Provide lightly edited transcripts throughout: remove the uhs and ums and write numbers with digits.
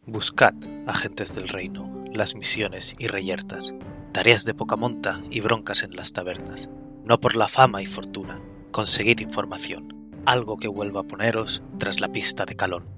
Buscad, agentes del reino, las misiones y reyertas, tareas de poca monta y broncas en las tabernas. No por la fama y fortuna, conseguid información, algo que vuelva a poneros tras la pista de Calón.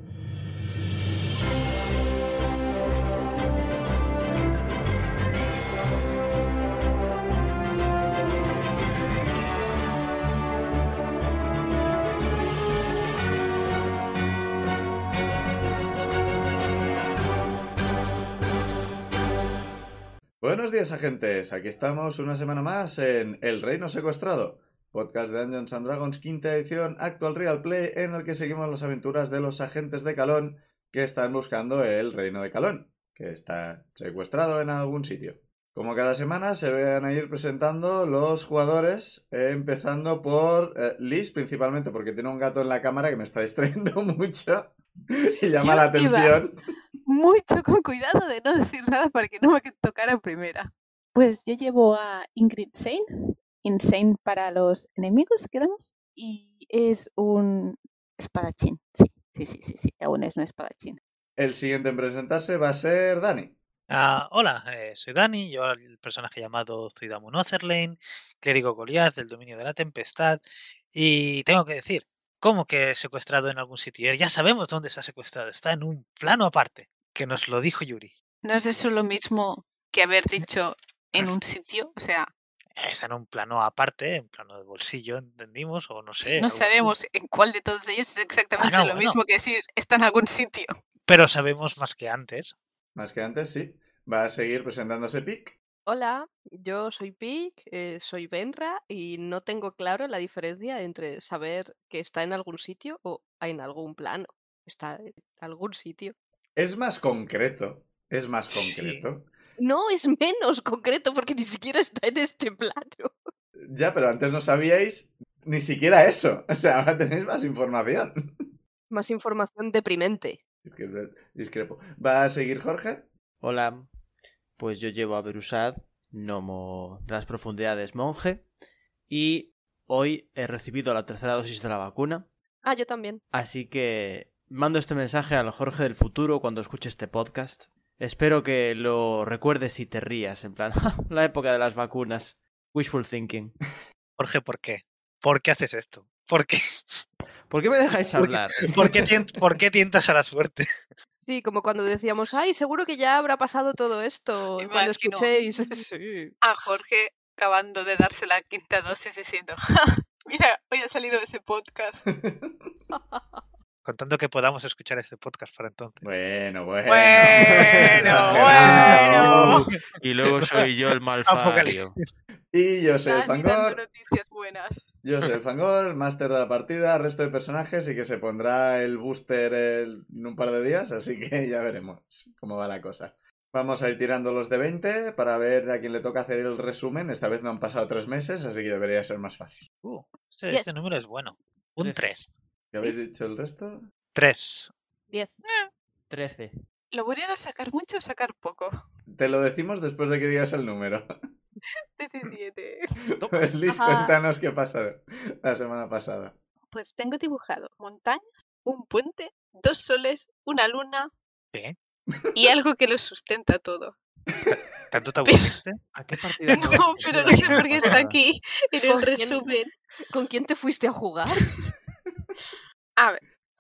Buenos días, agentes. Aquí estamos una semana más en El Reino Secuestrado, podcast de Dungeons and Dragons, quinta edición, actual Real Play, en el que seguimos las aventuras de los agentes de Calón que están buscando el Reino de Calón, que está secuestrado en algún sitio. Como cada semana se van a ir presentando los jugadores, empezando por Liz, principalmente porque tiene un gato en la cámara que me está distrayendo mucho y llama la atención. Mucho con cuidado de no decir nada para que no me tocara primera. Pues yo llevo a Ingrid Sane, Insane para los enemigos, quedamos, y es un espadachín. Sí, aún es un espadachín. El siguiente en presentarse va a ser Dani. Hola, soy Dani, yo el personaje llamado Zuidamun Otherlane, clérigo Goliath del dominio de la tempestad, y tengo que decir, ¿cómo que secuestrado en algún sitio? Ya sabemos dónde está secuestrado, está en un plano aparte, que nos lo dijo Yuri. ¿No es eso lo mismo que haber dicho en un sitio? O sea... Está en un plano aparte, en plano de bolsillo, entendimos, o no sé. No sabemos en cuál de todos ellos es exactamente lo mismo que decir está en algún sitio. Pero sabemos más que antes. Más que antes, sí. Va a seguir presentándose Pic. Hola, yo soy Pic, soy Benra y no tengo claro la diferencia entre saber que está en algún sitio o en algún plano. Está en algún sitio. Es más concreto. Sí. No, es menos concreto porque ni siquiera está en este plano. Ya, pero antes no sabíais ni siquiera eso. O sea, ahora tenéis más información. Más información deprimente. Discrepo. ¿Va a seguir Jorge? Hola, pues yo llevo a Berusad, gnomo de las profundidades monje, y hoy he recibido la tercera dosis de la vacuna. Ah, yo también. Así que mando este mensaje al Jorge del futuro cuando escuche este podcast. Espero que lo recuerdes y te rías, en plan, la época de las vacunas. Wishful thinking. Jorge, ¿por qué? ¿Por qué haces esto? ¿Por qué? ¿Por qué me dejáis hablar? ¿Por qué tientas a la suerte? Sí, como cuando decíamos, ay, seguro que ya habrá pasado todo esto. Imagino. Cuando escuchéis. Sí. A Jorge acabando de darse la quinta dosis diciendo, mira, hoy ha salido de ese podcast. Contando que podamos escuchar este podcast para entonces. Bueno. Y luego soy yo el malfario. Y yo soy el Dani Fangor. dando noticias buenas. Yo soy el Fangor, máster de la partida, resto de personajes, y que se pondrá el booster en un par de días, así que ya veremos cómo va la cosa. Vamos a ir tirando los de 20 para ver a quién le toca hacer el resumen. Esta vez no han pasado 3 meses, así que debería ser más fácil. Este número es bueno. Un 3. ¿Qué habéis dicho el resto? 3. 10. 13. ¿Lo voy a sacar mucho o sacar poco? Te lo decimos después de que digas el número. 17. Pues Liz, cuéntanos qué pasó la semana pasada. Pues tengo dibujado montañas, un puente, 2 soles, una luna ¿Qué? y algo que lo sustenta todo. ¿Tanto te aburriste? ¿A qué partida? No, pero no sé por qué está aquí en el resumen. ¿Con quién te fuiste a jugar? A ver.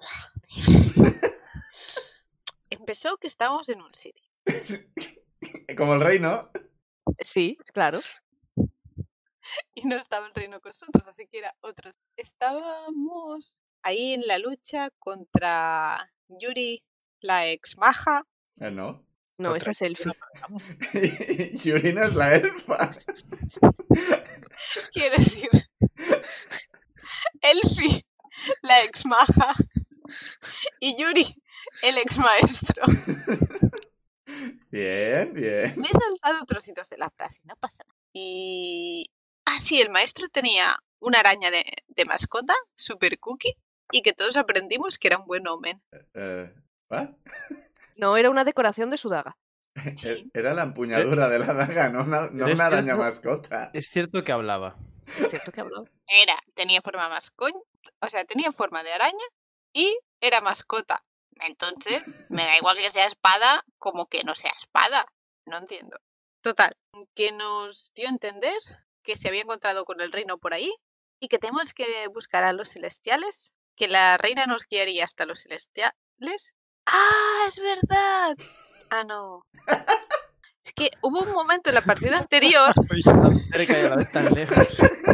Empezó que estábamos en un sitio. Como el rey, ¿no? Sí, claro. Y no estaba el reino con nosotros, así que era otro. Estábamos ahí en la lucha contra Yuri, la ex maja. No. No, esa es Elfi. Yuri no es la elfa. Quiero decir, Elfi, la ex maja. Y Yuri, el ex maestro. Bien. Me he saltado trocitos de la frase, no pasa nada. Y... sí, el maestro tenía una araña de mascota, super cookie, y que todos aprendimos que era un buen omen. ¿What? No, era una decoración de su daga. Sí. Era la empuñadura de la daga, no una araña mascota. Es cierto que hablaba. Es cierto que habló. Tenía forma tenía forma de araña y era mascota. Entonces, me da igual que sea espada como que no sea espada. No entiendo. Total, que nos dio a entender que se había encontrado con el reino por ahí y que tenemos que buscar a los celestiales, que la reina nos guiaría hasta los celestiales. ¡Ah, es verdad! Ah, no. Es que hubo un momento en la partida anterior Cerca y a la vez tan lejos.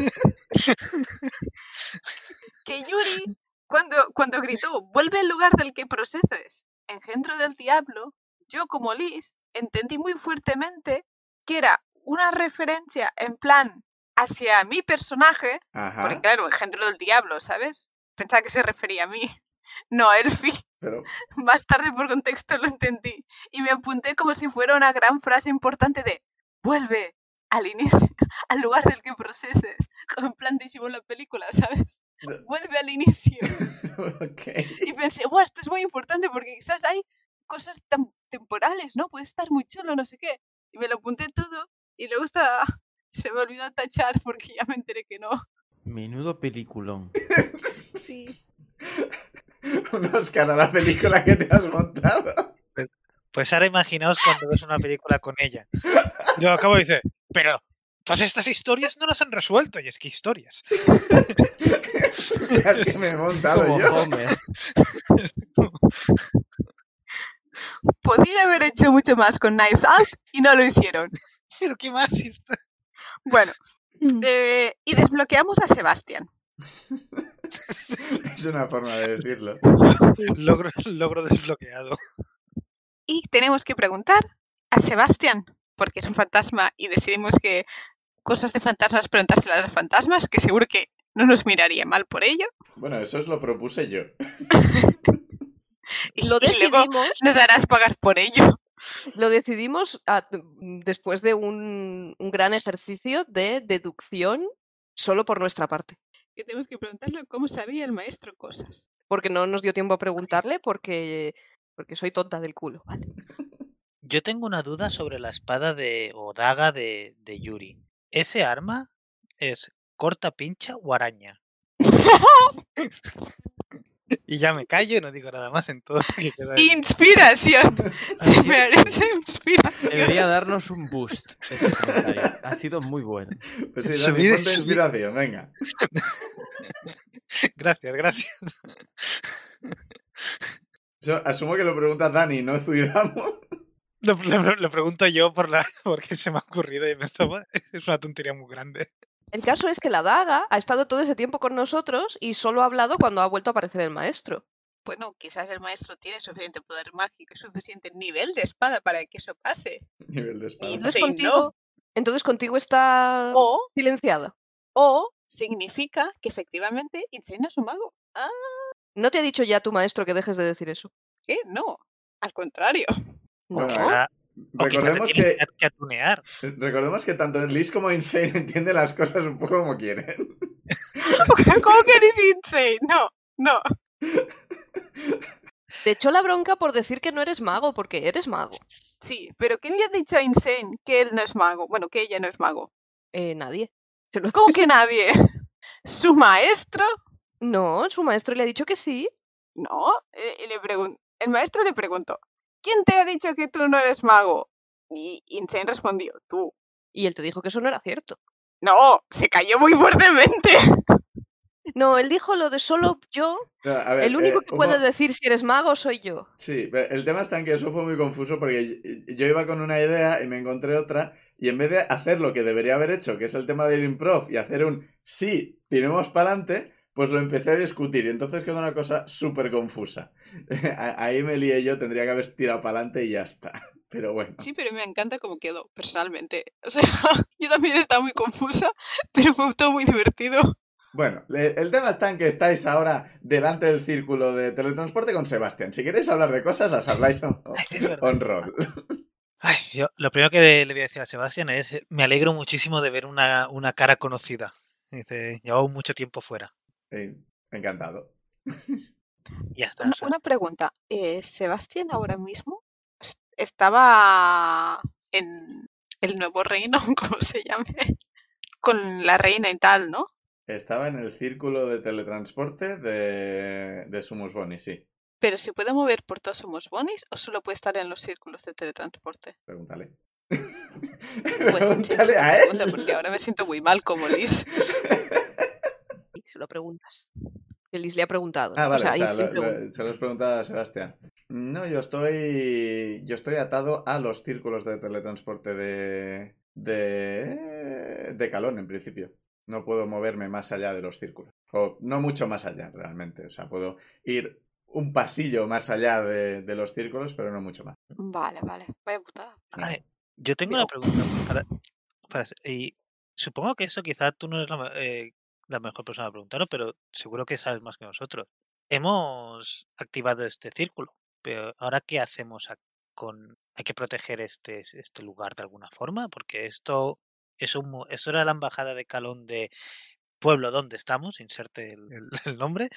que Yuri, cuando gritó, vuelve al lugar del que procedes, engendro del diablo, yo como Liz entendí muy fuertemente que era una referencia en plan hacia mi personaje, porque Ajá. claro, engendro del diablo, ¿sabes? Pensaba que se refería a mí, no a Elfie. Pero, Más tarde por contexto lo entendí y me apunté como si fuera una gran frase importante de vuelve al inicio, al lugar del que procedes, como en plan de la película, ¿sabes? Vuelve al inicio. ok. Y pensé, wow, esto es muy importante porque quizás hay cosas tan temporales, ¿no? Puede estar muy chulo, no sé qué. Y me lo apunté todo y luego se me olvidó tachar porque ya me enteré que no. Menudo peliculón. Sí. Un Oscar a la película que te has montado. Pues ahora imaginaos cuando ves una película con ella. Y luego acabo y dice, pero todas estas historias no las han resuelto. Y es que historias. Las que me he montado Como yo. Homer. Podría haber hecho mucho más con Knives Out y no lo hicieron. Pero qué más. Bueno, y desbloqueamos a Sebastián. Es una forma de decirlo. Logro desbloqueado. Y tenemos que preguntar a Sebastián, porque es un fantasma y decidimos que cosas de fantasmas preguntárselas a fantasmas, que seguro que no nos miraría mal por ello. Bueno, eso os lo propuse yo. Y Lo luego decidimos, nos harás pagar por ello. lo decidimos después de un gran ejercicio de deducción solo por nuestra parte. Que tenemos que preguntarle cómo sabía el maestro cosas. Porque no nos dio tiempo a preguntarle porque soy tonta del culo, ¿vale? Yo tengo una duda sobre la espada o daga de Yuri. ¿Ese arma es corta, pincha o araña? Y ya me callo y no digo nada más en todo. ¡Inspiración! Se merece inspiración. Debería darnos un boost ese comentario. Ha sido muy bueno. Pues sí, Subir- Dani, ponte subir- inspiración, venga. Gracias. Asumo que lo pregunta Dani, no Zuidamo. Lo pregunto yo porque se me ha ocurrido y pensaba, es una tontería muy grande. El caso es que la daga ha estado todo ese tiempo con nosotros y solo ha hablado cuando ha vuelto a aparecer el maestro. Bueno, quizás el maestro tiene suficiente poder mágico y suficiente nivel de espada para que eso pase. Nivel de espada. Y Entonces Sí, entonces contigo está O, silenciada. o significa que efectivamente Insane es un mago. Ah, ¿No te ha dicho ya tu maestro que dejes de decir eso? ¿qué? No. Al contrario. Bueno, O quizá te recordemos tienes que, que atunear. recordemos que tanto Liz como Insane entienden las cosas un poco como quieren. ¿Cómo que eres Insane? No. Te echó la bronca por decir que no eres mago, porque eres mago. Sí, pero ¿quién le ha dicho a Insane que él no es mago? Bueno, que ella no es mago. Nadie. Se lo- ¿Cómo que nadie? ¿Su maestro? No, su maestro le ha dicho que sí. No. El maestro le preguntó, ¿quién te ha dicho que tú no eres mago? Y Insane respondió, tú. Y él te dijo que eso no era cierto. No, se cayó muy fuertemente. No, él dijo lo de solo yo. No, a ver, El único que puede decir si eres mago soy yo. Sí, pero el tema está en que eso fue muy confuso porque yo iba con una idea y me encontré otra y en vez de hacer lo que debería haber hecho, que es el tema del improv y hacer un sí, tiremos para adelante, pues lo empecé a discutir y entonces quedó una cosa súper confusa. Ahí me lié yo, tendría que haber tirado para adelante y ya está. Pero bueno. Sí, pero me encanta cómo quedó, personalmente. O sea, yo también estaba muy confusa, pero fue todo muy divertido. Bueno, el tema está en que estáis ahora delante del círculo de teletransporte con Sebastián. Si queréis hablar de cosas, las habláis on roll. Ay, yo lo primero que le voy a decir a Sebastián es, me alegro muchísimo de ver una cara conocida. Dice, llevo mucho tiempo fuera. Encantado. Ya está. Una pregunta. ¿Sebastián ahora mismo estaba en el nuevo reino, como se llame, con la reina y tal, ¿no? Estaba en el círculo de teletransporte de Sumus Boni, sí. ¿Pero se puede mover por todos Somos Bonis o solo puede estar en los círculos de teletransporte? Pregúntale. Pregúntale a él. Porque ahora me siento muy mal como Liz. Y se lo preguntas. Que Liz le ha preguntado. Ah, vale, Ainslie pregunta. se lo has preguntado a Sebastián. No, yo estoy atado a los círculos de teletransporte de Calón, en principio. No puedo moverme más allá de los círculos. O no mucho más allá, realmente. O sea, puedo ir un pasillo más allá de los círculos, pero no mucho más. Vale. Vaya putada. Ay, yo tengo una pregunta y supongo que eso quizá tú no eres la mejor persona a preguntarlo, pero seguro que sabes más que nosotros. Hemos activado este círculo, pero ahora ¿qué hacemos hay que proteger este lugar de alguna forma? Porque esto era la embajada de Calón de pueblo donde estamos, inserte el nombre.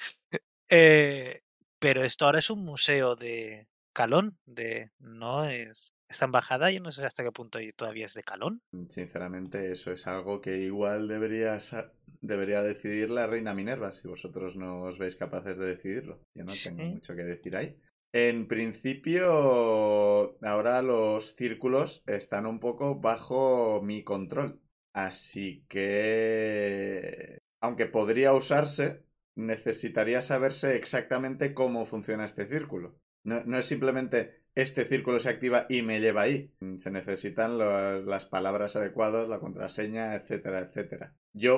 Pero esto ahora es un museo de Calón, no es esta embajada, yo no sé hasta qué punto todavía es de Calón. Sinceramente, eso es algo que igual debería decidir la reina Minerva, si vosotros no os veis capaces de decidirlo. Yo no tengo mucho que decir ahí. En principio, ahora los círculos están un poco bajo mi control. Así que, aunque podría usarse, necesitaría saberse exactamente cómo funciona este círculo. No es simplemente este círculo se activa y me lleva ahí. Se necesitan las palabras adecuadas, la contraseña, etcétera, etcétera.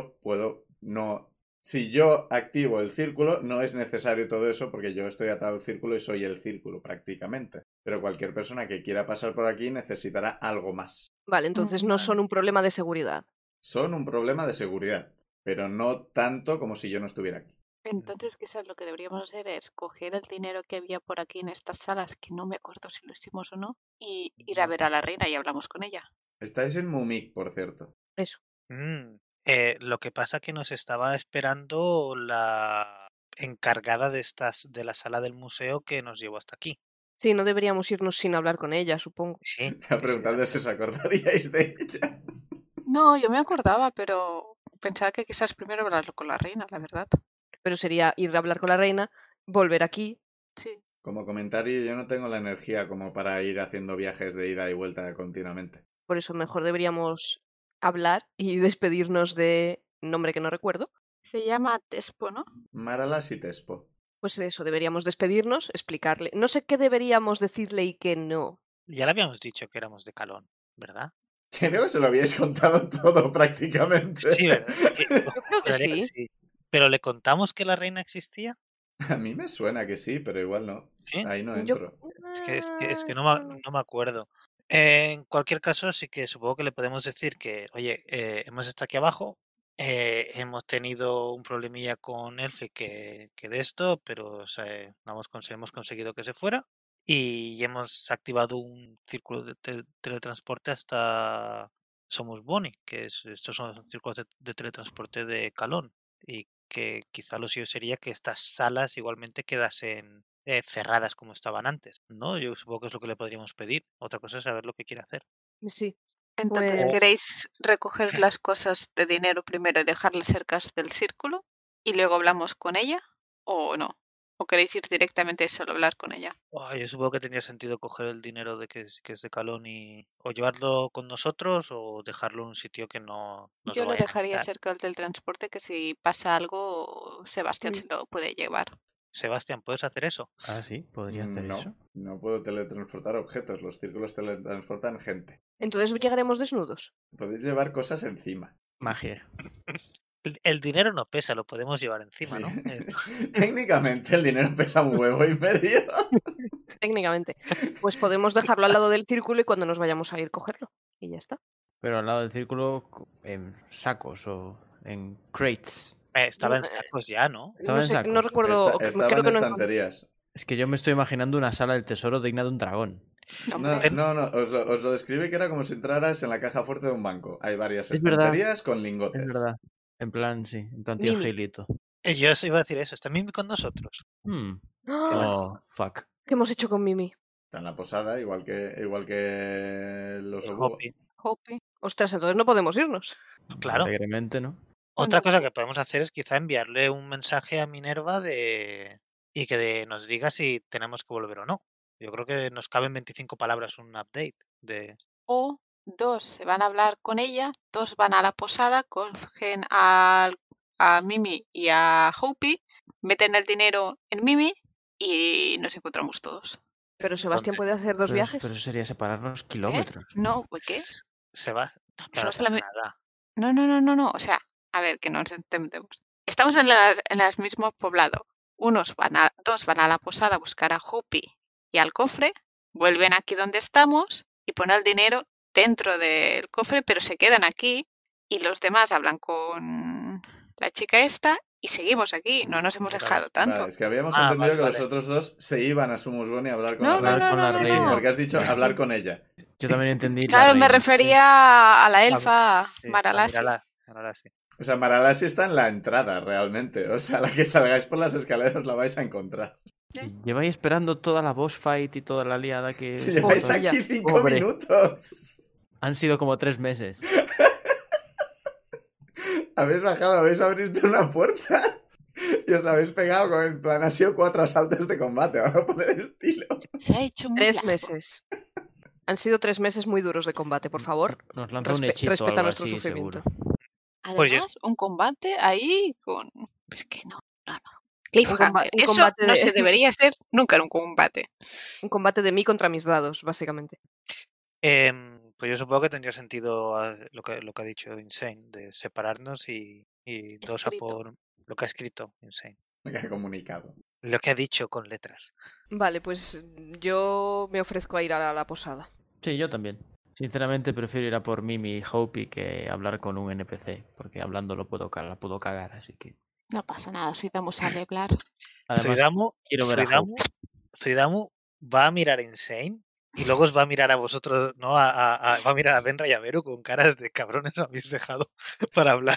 Si yo activo el círculo, no es necesario todo eso porque yo estoy atado al círculo y soy el círculo prácticamente. Pero cualquier persona que quiera pasar por aquí necesitará algo más. Vale, entonces no son un problema de seguridad. Son un problema de seguridad, pero no tanto como si yo no estuviera aquí. Entonces quizás lo que deberíamos hacer es coger el dinero que había por aquí en estas salas, que no me acuerdo si lo hicimos o no, y ir a ver a la reina y hablamos con ella. Estáis en Mumik, por cierto. Eso. Lo que pasa que nos estaba esperando la encargada de la sala del museo que nos llevó hasta aquí. Sí, no deberíamos irnos sin hablar con ella, supongo. Sí. Te preguntando si os acordaríais de ella. No, yo me acordaba, pero pensaba que quizás primero hablarlo con la reina, la verdad. Pero sería ir a hablar con la reina, volver aquí. Sí. Como comentario, yo no tengo la energía como para ir haciendo viajes de ida y vuelta continuamente. Por eso mejor deberíamos hablar y despedirnos de nombre que no recuerdo. Se llama Tespo, ¿no? Maralas y Tespo. Pues eso, deberíamos despedirnos, explicarle. No sé qué deberíamos decirle y qué no. Ya le habíamos dicho que éramos de Calón, ¿verdad? Creo que se lo habíais contado todo prácticamente. Sí, ¿verdad? Yo creo que sí. ¿Pero le contamos que la reina existía? A mí me suena que sí, pero igual no. ¿Sí? Ahí no entro. Es que no me acuerdo. En cualquier caso, sí que supongo que le podemos decir que, oye, hemos estado aquí abajo, hemos tenido un problemilla con Elfi que de esto, pero o sea, hemos conseguido que se fuera y hemos activado un círculo de teletransporte hasta Somos Boni, estos son círculos de teletransporte de Calón y que quizá lo suyo sería que estas salas igualmente quedasen cerradas como estaban antes, ¿no? Yo supongo que es lo que le podríamos pedir. Otra cosa es saber lo que quiere hacer. Sí. Entonces, Pues- ¿queréis recoger las cosas de dinero primero y dejarlas cerca del círculo y luego hablamos con ella o no? ¿O queréis ir directamente y solo hablar con ella? Yo supongo que tendría sentido coger el dinero que es de Calón y o llevarlo con nosotros o dejarlo en un sitio que no nos Yo lo lo vayan a dejaría quitar. cerca del transporte, que si pasa algo, Sebastián se lo puede llevar. Sebastián, ¿puedes hacer eso? Ah, sí, podría hacer eso. No puedo teletransportar objetos. Los círculos teletransportan gente. Entonces llegaremos desnudos. Podéis llevar cosas encima. Magia. El dinero no pesa, lo podemos llevar encima, ¿no? Técnicamente el dinero pesa un huevo y medio. Técnicamente. Pues podemos dejarlo al lado del círculo y cuando nos vayamos a ir cogerlo. Y ya está. Pero al lado del círculo, en sacos o en crates. Estaba en sacos ya, ¿no? Estaba No en sé, sacos. no recuerdo. Estaba creo en que no estanterías. Es que yo me estoy imaginando una sala del tesoro digna de un dragón. Hombre, No, os lo describí que era como si entraras en la caja fuerte de un banco. Hay varias Es verdad. estanterías con lingotes. Es verdad. En plan, sí. En plan tío Mimi. Gilito. Yo os iba a decir eso. ¿Está Mimi con nosotros? ¡Ah! Oh, fuck. ¿Qué hemos hecho con Mimi? Está en la posada, igual que los El obuos. Hopi. Hopi. Ostras, entonces no podemos irnos. Claro. Alegremente, ¿no? Otra Bueno, cosa que podemos hacer es quizá enviarle un mensaje a Minerva de y que nos diga si tenemos que volver o no. Yo creo que nos caben 25 palabras un update de... O 2 se van a hablar con ella, 2 van a la posada, cogen a Mimi y a Hopi, meten el dinero en Mimi y nos encontramos todos. Pero Sebastián puede hacer 2 viajes. Pero eso sería separarnos kilómetros. No, ¿por qué? Se va. Eso Pero no no es la pasa mi- nada. No. O sea, a ver, que no nos entendemos. Estamos en el mismo poblado. 2 van a la posada a buscar a Hopi y al cofre, vuelven aquí donde estamos y ponen el dinero dentro del cofre, pero se quedan aquí y los demás hablan con la chica esta y seguimos aquí. No nos hemos dejado tanto. Vale, es que habíamos Ah, entendido vale, que vale. los otros 2 se iban a Sumusboni a hablar con No, la reina. con la Sí, reina. porque has dicho hablar con ella. Yo también entendí. la Claro, me reina. refería a la elfa Sí, Maralasi. Maralasi. O sea, Maralasi está en la entrada, realmente. O sea, la que salgáis por las escaleras la vais a encontrar. Y lleváis esperando toda la boss fight y toda la liada que... Si lleváis Pobre aquí 5 Pobre. minutos. Han sido como 3 meses. Habéis bajado, habéis abierto una puerta y os habéis pegado con el plan. Ha sido 4 asaltos de combate, ahora por el estilo. Se ha hecho muy 3 largo. meses. Han sido 3 meses muy duros de combate, por favor. Nos lanza un hechizo o respeta algo nuestro así, sufrimiento. seguro. Pues yo- Además, un combate ahí con... Es que no. Un Cliffhanger. Eso combate no de- se debería hacer nunca en un combate. Un combate de mí contra mis dados, básicamente. Pues yo supongo que tendría sentido lo que ha dicho Insane, de separarnos y 2 a Escrito. por lo que ha escrito Insane. Me ha comunicado. Lo que ha dicho con letras. Vale, pues yo me ofrezco a ir a la posada. Sí, yo también. Sinceramente prefiero ir a por Mimi y Hopi que hablar con un NPC, porque hablando la puedo cagar, así que... No pasa nada, si vamos a hablar. Además, quiero ver a Zuidamu va a mirar a Insane y luego os va a mirar a vosotros, ¿no? Va a mirar a Benra y a Beru con caras de cabrones, me habéis dejado para hablar.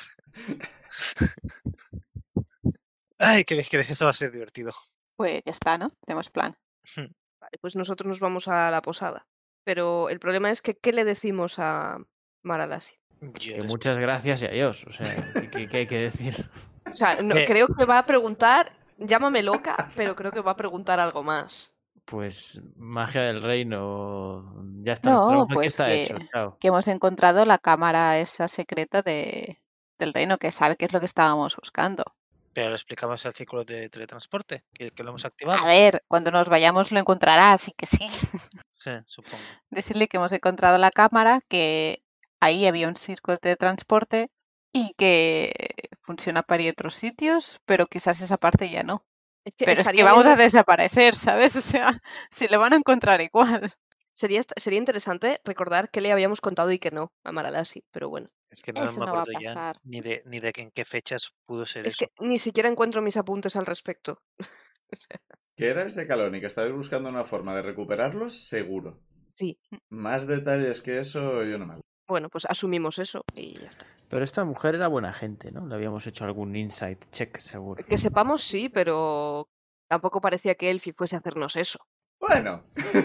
Ay, que esto va a ser divertido. Pues ya está, ¿no? Tenemos plan. Vale, pues nosotros nos vamos a la posada. Pero el problema es que, ¿qué le decimos a Maralasi? Que muchas gracias y adiós. O sea, ¿qué hay que decir? O sea, no, Eh. creo que va a preguntar, llámame loca, pero creo que va a preguntar algo más. Pues magia del reino. Ya está, No, nuestro trabajo aquí pues está que- hecho. Chao. Que hemos encontrado la cámara esa secreta del reino, que sabe qué es lo que estábamos buscando. Pero le explicamos el círculo de teletransporte, que lo hemos activado. A ver, cuando nos vayamos lo encontrará, así que sí. Sí, supongo. Decirle que hemos encontrado la cámara, que ahí había un círculo de transporte y que funciona para ir a otros sitios, pero quizás esa parte ya no. Es que Pero es que estaría vamos bien- a desaparecer, ¿sabes? O sea, si le van a encontrar igual. Sería interesante recordar qué le habíamos contado y qué no a Maralasi, pero bueno. Es que no Eso me no va a acuerdo ya pasar. ni de en qué fechas pudo ser Es eso. que ni siquiera encuentro mis apuntes al respecto. Que erais de Calón y que estabais buscando una forma de recuperarlos, seguro. Sí, Más detalles que eso, yo no me... bueno, pues asumimos eso y ya está. Pero esta mujer era buena gente, ¿no? Le habíamos hecho algún insight check, seguro. Que sepamos sí, pero tampoco parecía que Elfi fuese a hacernos eso. Bueno.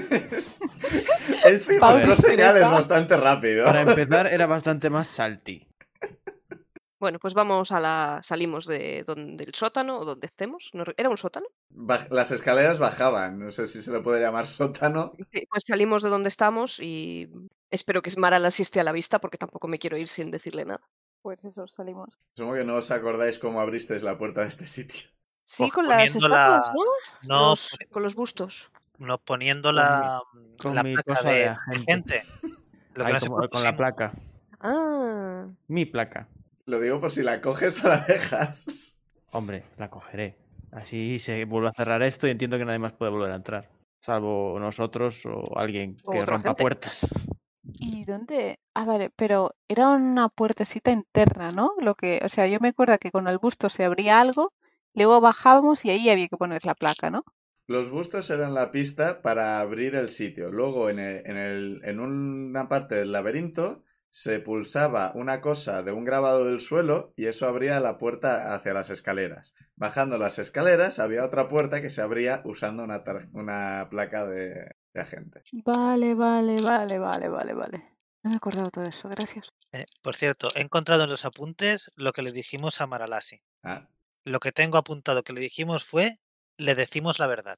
El fin Pausa mostró señales discreta. bastante rápido. Para empezar, era bastante más salty. Bueno, pues salimos del sótano o donde estemos. ¿Era un sótano? Las escaleras bajaban. No sé si se le puede llamar sótano. Sí, pues salimos de donde estamos y espero que Maralasi esté a la vista porque tampoco me quiero ir sin decirle nada. Pues eso, salimos. Supongo que no os acordáis cómo abristeis la puerta de este sitio. Sí, Pues con las poniendo la- estatuas, ¿no? No, Con los bustos. no poniendo Con la mi placa cosa de de agente. gente. Lo que Ahí no se con la propusimos. placa. Ah, Mi placa. Lo digo por si la coges o la dejas. Hombre, la cogeré. Así se vuelve a cerrar esto y entiendo que nadie más puede volver a entrar. Salvo nosotros o alguien O que otra rompa gente. puertas. ¿Y dónde? Ah, vale, pero era una puertecita interna, ¿no? O sea, yo me acuerdo que con el busto se abría algo, luego bajábamos y ahí había que poner la placa, ¿no? Los bustos eran la pista para abrir el sitio. Luego, en una parte del laberinto, se pulsaba una cosa de un grabado del suelo y eso abría la puerta hacia las escaleras. Bajando las escaleras había otra puerta que se abría usando una placa de agente. Vale. No me he acordado de todo eso, gracias. Por cierto, he encontrado en los apuntes lo que le dijimos a Maralasi. Ah, Lo que tengo apuntado que le dijimos fue le decimos la verdad.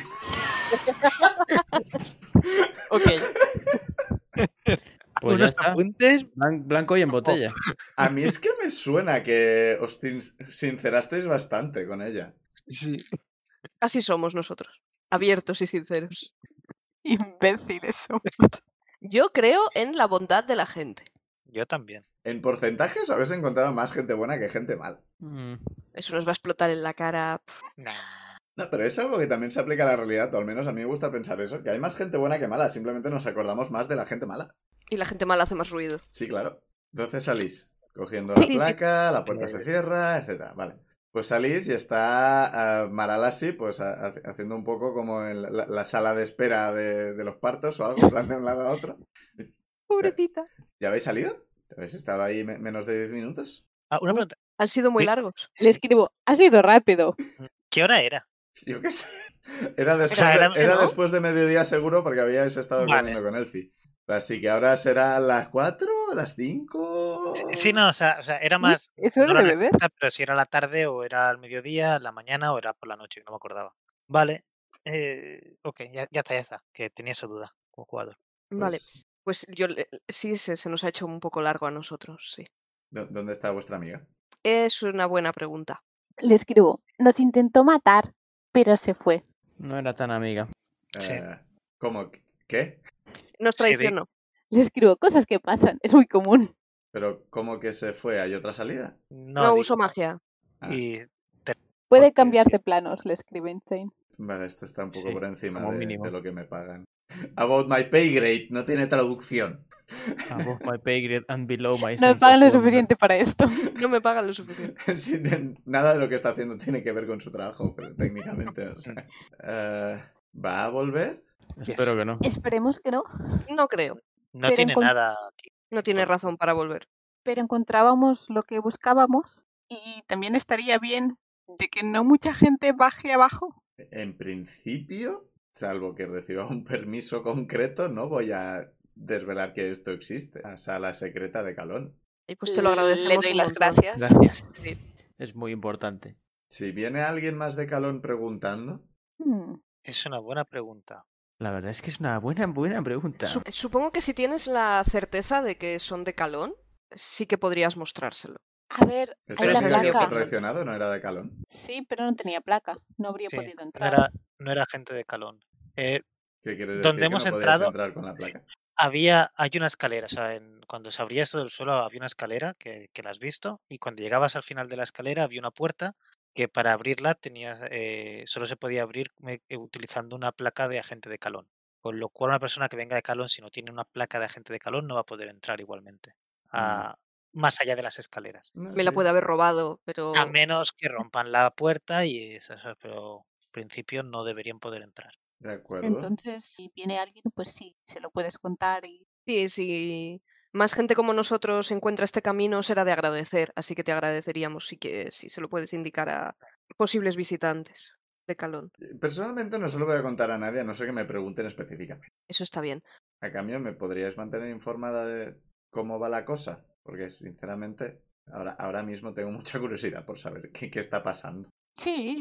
Ok. Pues ya Unos está. apuntes. Blanco y en botella. A mí es que me suena que os sincerasteis bastante con ella. Sí. Así somos nosotros. Abiertos y sinceros. Imbéciles somos. Yo creo en la bondad de la gente. Yo también. En porcentajes habéis encontrado más gente buena que gente mala. Eso nos va a explotar en la cara. Nah. No, pero es algo que también se aplica a la realidad, o al menos a mí me gusta pensar eso, que hay más gente buena que mala, simplemente nos acordamos más de la gente mala. Y la gente mala hace más ruido. Sí, claro. Entonces salís, cogiendo Sí, la sí. placa, la puerta se cierra, etcétera. Vale. Pues salís y está Maralassi, pues haciendo un poco como en la sala de espera de los partos o algo, en plan de un lado a otro. Pobrecita. ¿Ya habéis salido? ¿Habéis estado ahí menos de 10 minutos? Una pregunta. Han sido muy Sí. largos. Le escribo, ha sido rápido. ¿Qué hora era? Yo qué sé. Era era- era ¿no? después de mediodía seguro porque habíais estado Vale. comiendo con Elfi. Así que ahora será las 4, las 5... Sí, no, o sea, era más. ¿Es hora no la de beber? exacta, pero si era la tarde o era al mediodía, la mañana o era por la noche, no me acordaba. Vale. Ok, ya está. Que tenía esa duda como jugador. Vale. Pues sí, se nos ha hecho un poco largo a nosotros, sí. ¿Dónde está vuestra amiga? Es una buena pregunta. Le escribo, nos intentó matar, pero se fue. No era tan amiga. Sí. ¿Cómo? ¿Qué? Nos Sí, traicionó. Le escribo, cosas que pasan, es muy común. ¿Pero cómo que se fue? ¿Hay otra salida? No uso magia. Ah, Y Puede Porque cambiar sí. de planos, le escribe Insane. vale, esto está un poco Sí, por encima como de mínimo. lo que me pagan. About my pay grade, no tiene traducción. Above my pay grade and below my No me sense pagan of lo wonder. suficiente para esto. No me pagan lo suficiente. Sí, nada de lo que está haciendo tiene que ver con su trabajo, pero técnicamente. O sea, ¿va a volver? Espero que no. Esperemos que no. No creo. no Pero tiene en nada aquí. No tiene razón para volver. Pero encontrábamos lo que buscábamos y también estaría bien de que no mucha gente baje abajo. En principio, salvo que reciba un permiso concreto, no voy a desvelar que esto existe. La sala secreta de Calón. Y pues te lo Le agradecemos doy un las montón. gracias. Gracias. Sí. Es muy importante. Si viene alguien más de Calón preguntando, Es una buena pregunta. La verdad es que es una buena pregunta. Supongo que si tienes la certeza de que son de Calón, sí que podrías mostrárselo. A ver, esa hay la amiga que os ha placa. traicionado no era de Calón. Sí, pero no tenía placa. No habría Sí, podido no entrar. era gente de Calón. ¿Qué quieres decir? Donde ¿Que hemos no podías entrado, entrar con la placa? hay una escalera, o sea, cuando se abría esto del suelo había una escalera que la has visto, y cuando llegabas al final de la escalera había una puerta que para abrirla solo se podía abrir utilizando una placa de agente de Calón. Con lo cual una persona que venga de Calón, si no tiene una placa de agente de Calón, no va a poder entrar igualmente. Más allá de las escaleras. No, Me la sí. puede haber robado, pero... A menos que rompan la puerta pero en principio no deberían poder entrar. De acuerdo. Entonces, si viene alguien, pues sí, se lo puedes contar y... Sí, si más gente como nosotros encuentra este camino, será de agradecer. Así que te agradeceríamos si se lo puedes indicar a posibles visitantes de Calón. Personalmente no se lo voy a contar a nadie, a no ser que me pregunten específicamente. Eso está bien. A cambio, ¿me podríais mantener informada de cómo va la cosa? Porque, sinceramente, ahora mismo tengo mucha curiosidad por saber qué está pasando. Sí.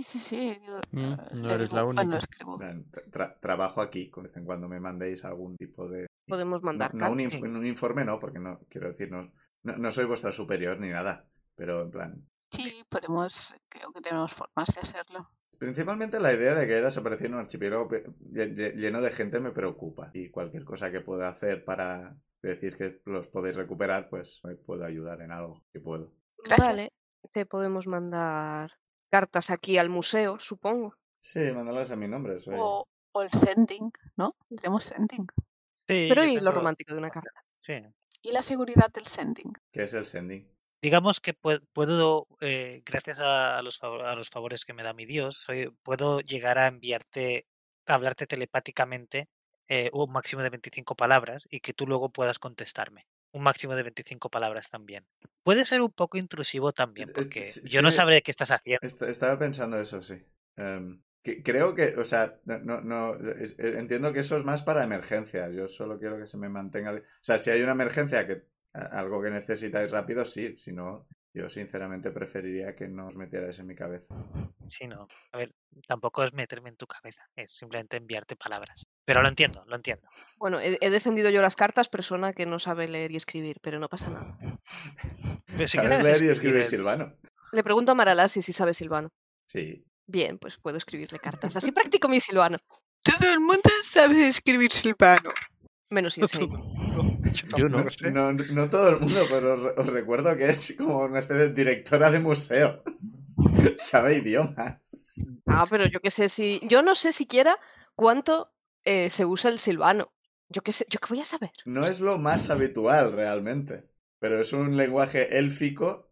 No Le eres digo, la bueno, única. escribo. Trabajo aquí, de vez en cuando me mandéis algún tipo de... Podemos mandar No, un cartas. informe no, porque no, quiero decir, no soy vuestra superior ni nada, pero en plan... Sí, creo que tenemos formas de hacerlo. Principalmente la idea de que haya desaparecido un archipiélago lleno de gente me preocupa, y cualquier cosa que pueda hacer para decir que los podéis recuperar, pues me puedo ayudar en algo que puedo. Gracias. Vale, te podemos mandar cartas aquí al museo, supongo. Sí, mándalas a mi nombre, soy... O el sending, ¿no? Tenemos sending. Sí, Pero yo y lo tengo- romántico de una carta. Sí. Y la seguridad del sending. ¿Qué es el sending? Digamos que puedo, gracias a los favores que me da mi Dios, puedo llegar a hablarte telepáticamente un máximo de 25 palabras y que tú luego puedas contestarme. Un máximo de 25 palabras también. Puede ser un poco intrusivo también, porque yo no sí, sabré qué estás haciendo. Estaba pensando eso, sí. Creo que, o sea, entiendo que eso es más para emergencias. Yo solo quiero que se me mantenga... O sea, si hay una emergencia, algo que necesitáis rápido, sí. Si no, Yo sinceramente preferiría que no os metierais en mi cabeza. Sí, no. A ver, tampoco es meterme en tu cabeza, es simplemente enviarte palabras. Pero lo entiendo, lo entiendo. Bueno, he defendido yo las cartas, persona que no sabe leer y escribir, pero no pasa nada. Pero sí que ¿Sabes sabes leer y escribir escribir silvano? Le pregunto a Maralasi si sabe silvano. Sí. Bien, pues puedo escribirle cartas. Así practico mi silvano. Todo el mundo sabe escribir silvano. Menos Insane. Yo no. No todo el mundo, pero os recuerdo que es como una especie de directora de museo. Sabe idiomas. Ah, pero yo qué sé si... Yo no sé siquiera cuánto se usa el silvano. Yo qué sé, ¿yo qué voy a saber? No es lo más habitual realmente, pero es un lenguaje élfico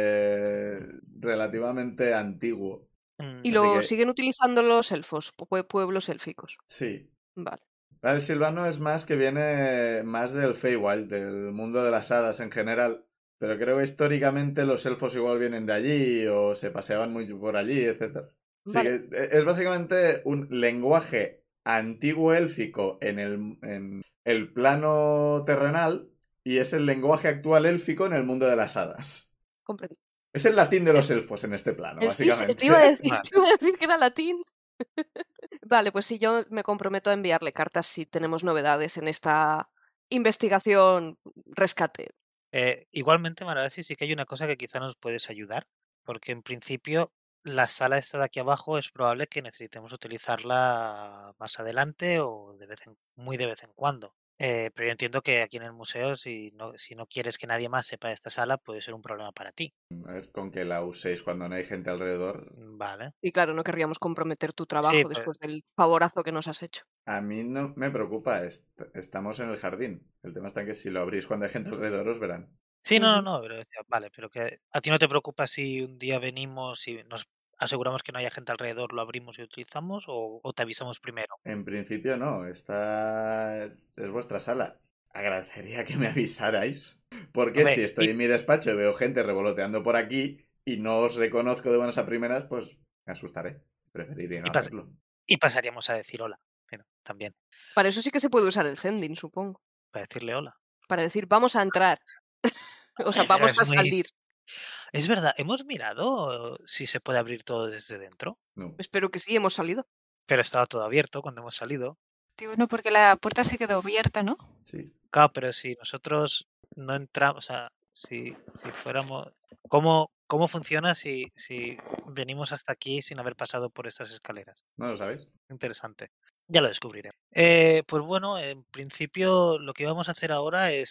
relativamente antiguo. Y Así lo que- siguen utilizando los elfos, pueblos élficos. Sí. Vale. El silvano es más que viene más del Feywild, del mundo de las hadas en general. Pero creo que históricamente los elfos igual vienen de allí o se paseaban muy por allí, etc. Así Vale. que es básicamente un lenguaje antiguo élfico en el plano terrenal y es el lenguaje actual élfico en el mundo de las hadas. Comprendo. Es el latín de los elfos en este plano, Sí, básicamente. te iba a decir, Vale. te iba a decir que era latín. Vale, pues sí, yo me comprometo a enviarle cartas si tenemos novedades en esta investigación rescate. Igualmente, Maradasi, sí que hay una cosa que quizá nos puedes ayudar, porque en principio la sala esta de aquí abajo es probable que necesitemos utilizarla más adelante o muy de vez en cuando. Pero yo entiendo que aquí en el museo, si no quieres que nadie más sepa de esta sala, puede ser un problema para ti. A ver, con que la uséis cuando no hay gente alrededor. Vale. Y claro, no querríamos comprometer tu Sí, trabajo pues, después del favorazo que nos has hecho. A mí no me preocupa, estamos en el jardín. El tema está en que si lo abrís cuando hay gente alrededor os verán. sí, Ujú. no, pero decía, vale, pero que a ti no te preocupa si un día venimos y nos aseguramos que no haya gente alrededor, lo abrimos y utilizamos o te avisamos primero. En principio no, esta es vuestra sala. Agradecería que me avisarais. Porque Hombre, si estoy en mi despacho y veo gente revoloteando por aquí y no os reconozco de buenas a primeras, pues me asustaré. Preferiría no hacerlo. Y pasaríamos a decir hola, pero también, Para eso sí que se puede usar el sending, supongo. para decirle hola. Para decir, vamos a entrar. O sea, Ay, pero vamos a salir. Es verdad, hemos mirado si se puede abrir todo desde dentro, No. Espero que sí, hemos salido. pero estaba todo abierto cuando hemos salido. Digo, no, porque la puerta se quedó abierta, ¿no? Sí. Claro, pero si nosotros no entramos, o sea, si fuéramos... ¿Cómo funciona si venimos hasta aquí sin haber pasado por estas escaleras? ¿No lo sabéis? Interesante. Ya lo descubriré. Pues bueno, en principio lo que íbamos a hacer ahora es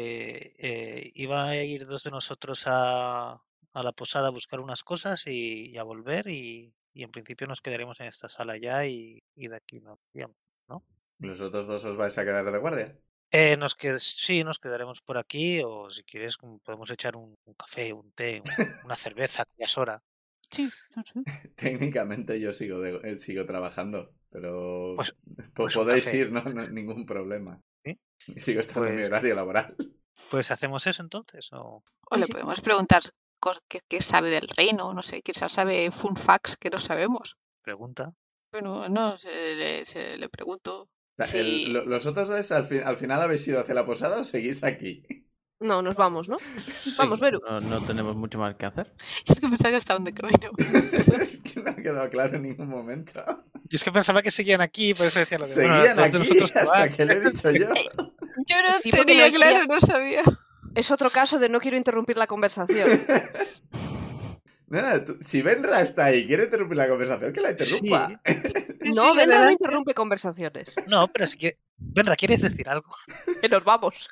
que iba a ir dos de nosotros a la posada a buscar unas cosas y a volver y en principio nos quedaremos en esta sala ya y de aquí no iríamos, ¿no? ¿Los otros dos os vais a quedar de guardia? Sí, nos quedaremos por aquí o si quieres podemos echar un café, un té, una cerveza, que ya es hora. Sí, no sé. Técnicamente yo sigo trabajando, pero Pues un podéis café. ir, no, ningún problema. ¿Sí? Sigo estando en mi Pues- horario laboral. Pues hacemos eso entonces. O le Sí. podemos preguntar qué sabe del reino, no sé, quizás sabe fun facts que no sabemos. Pregunta. Bueno, no, se le pregunto. Sí. ¿Los otros dos al final habéis ido hacia la posada o seguís aquí? No, nos vamos, ¿no? Sí, Vamos, Beru. no tenemos mucho más que hacer. Es que pensaba que estaban de camino. Es que no ha quedado claro en ningún momento. Yo es que pensaba que seguían aquí, por eso decía lo de Seguían los de aquí nosotros que hasta van. que le he dicho yo. Yo no Sí, porque tenía no claro, quería- no sabía. Es otro caso de no quiero interrumpir la conversación. No, si Benra está ahí y quiere interrumpir la conversación, que la interrumpa. Sí, No, sí, Benra no adelante. interrumpe conversaciones. No, pero si que... Benra, ¿quieres decir algo? Que nos vamos.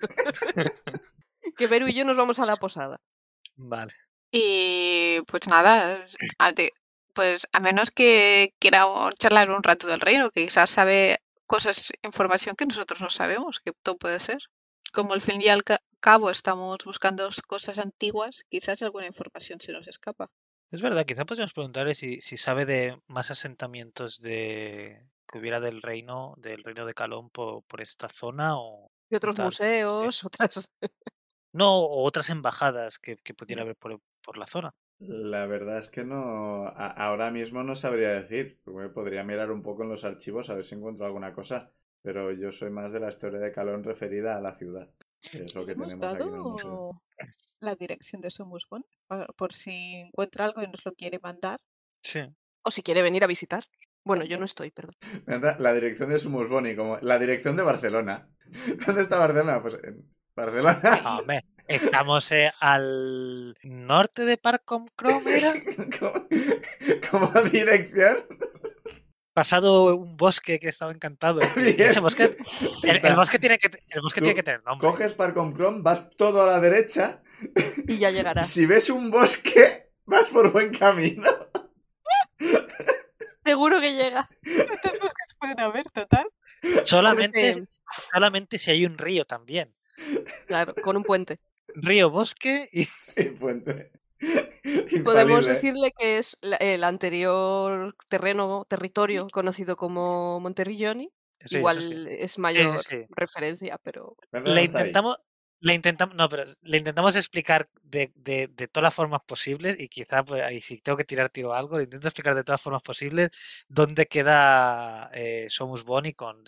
Que Beru y yo nos vamos a la posada. Vale. Y pues nada, pues a menos que queramos charlar un rato del reino, que quizás sabe cosas, información que nosotros no sabemos, que todo puede ser. Como al fin y al cabo estamos buscando cosas antiguas, quizás alguna información se nos escapa. Es verdad, quizá podríamos preguntarle si sabe de más asentamientos que hubiera del reino de Calón por esta zona o Y otros tal. museos, otras... No, o otras embajadas que pudiera haber por la zona. La verdad es que no. Ahora mismo no sabría decir. Porque podría mirar un poco en los archivos a ver si encuentro alguna cosa. Pero yo soy más de la historia de Calón referida a la ciudad. Que es lo que Hemos tenemos aquí en el museo. dado la dirección de Somus Bon, por si encuentra algo y nos lo quiere mandar. Sí. O si quiere venir a visitar. Bueno, yo no estoy, perdón. Me encanta la dirección de Sumus Boni, como la dirección de Barcelona. ¿Dónde está Barcelona? Pues en Barcelona. Ah, hombre, estamos al norte de Parcom Chrome, ¿era? ¿Como dirección? Pasado un bosque que estaba encantado. Bien. Ese bosque, el Está. bosque tiene que tener nombre. Coges Parcom Chrome, vas todo a la derecha. Y ya llegarás. Si ves un bosque, vas por buen camino. Seguro que llega. ¿Cuántos bosques pueden haber, total? Solamente si hay un río también. Claro, con un puente. Río, bosque y... Y puente. Podemos Infalible. decirle que es el anterior territorio conocido como Monterrilloni. Sí, Igual eso sí. es mayor Sí. referencia, pero Pero no Le está ahí. intentamos explicar de todas las formas posibles y quizá pues ahí si tengo que tiro algo, le intento explicar de todas las formas posibles dónde queda Somus Boni con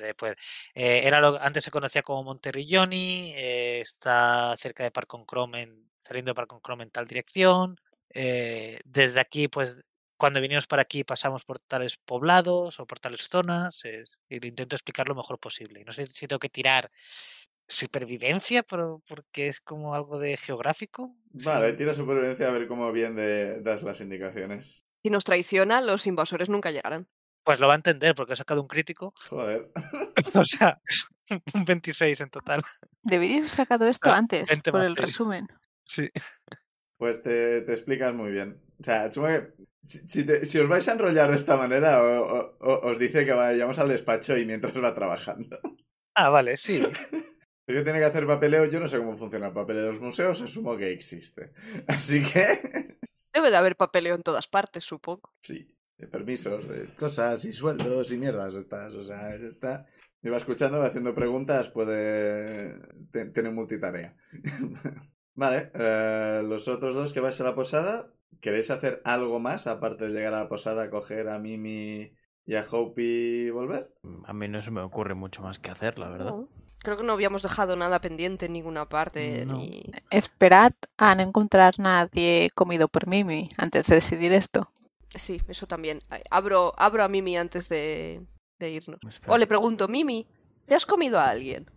antes se conocía como Monterrilloni, está cerca de Parcom Chrome, saliendo de Parcom Chrome en tal dirección. Desde aquí, pues cuando vinimos para aquí pasamos por tales poblados o por tales zonas y lo intento explicar lo mejor posible. No sé si tengo que tirar supervivencia, porque es como algo de geográfico. Vale, Sí. tira supervivencia a ver cómo bien das las indicaciones. si nos traiciona, los invasores nunca llegarán. Pues lo va a entender porque he sacado un crítico. Joder. O sea, un 26 en total. Deberíais haber sacado esto antes, 20 por más el 6. resumen. Sí. Pues te explicas muy bien. O sea, supongo que si os vais a enrollar de esta manera, os dice que vayamos al despacho y mientras va trabajando. Ah, vale, sí. Es que tiene que hacer papeleo. Yo no sé cómo funciona el papeleo de los museos, asumo que existe. Así que, Debe de haber papeleo en todas partes, supongo. sí, de permisos, de cosas y sueldos y mierdas estas. O sea, está. Me va escuchando, va haciendo preguntas, puede tener multitarea. Vale, los otros dos que vais a la posada, ¿queréis hacer algo más aparte de llegar a la posada, coger a Mimi y a Hope y volver? A mí no se me ocurre mucho más que hacer, la verdad. No. Creo que no habíamos dejado nada pendiente en ninguna parte. No. Ni... Esperad a no encontrar nadie comido por Mimi antes de decidir esto. Sí, eso también. Abro a Mimi antes de irnos. Espera. O le pregunto, Mimi, ¿te has comido a alguien?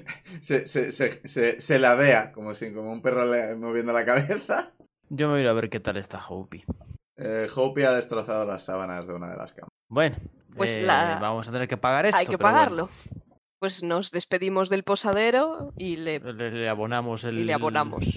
Se ladea, como un perro moviendo la cabeza. Yo me voy a ir a ver qué tal está Hopi. Hope ha destrozado las sábanas de una de las camas. Bueno, Pues vamos a tener que pagar esto. Hay que pero bueno. pagarlo. Pues nos despedimos del posadero y Le abonamos le abonamos.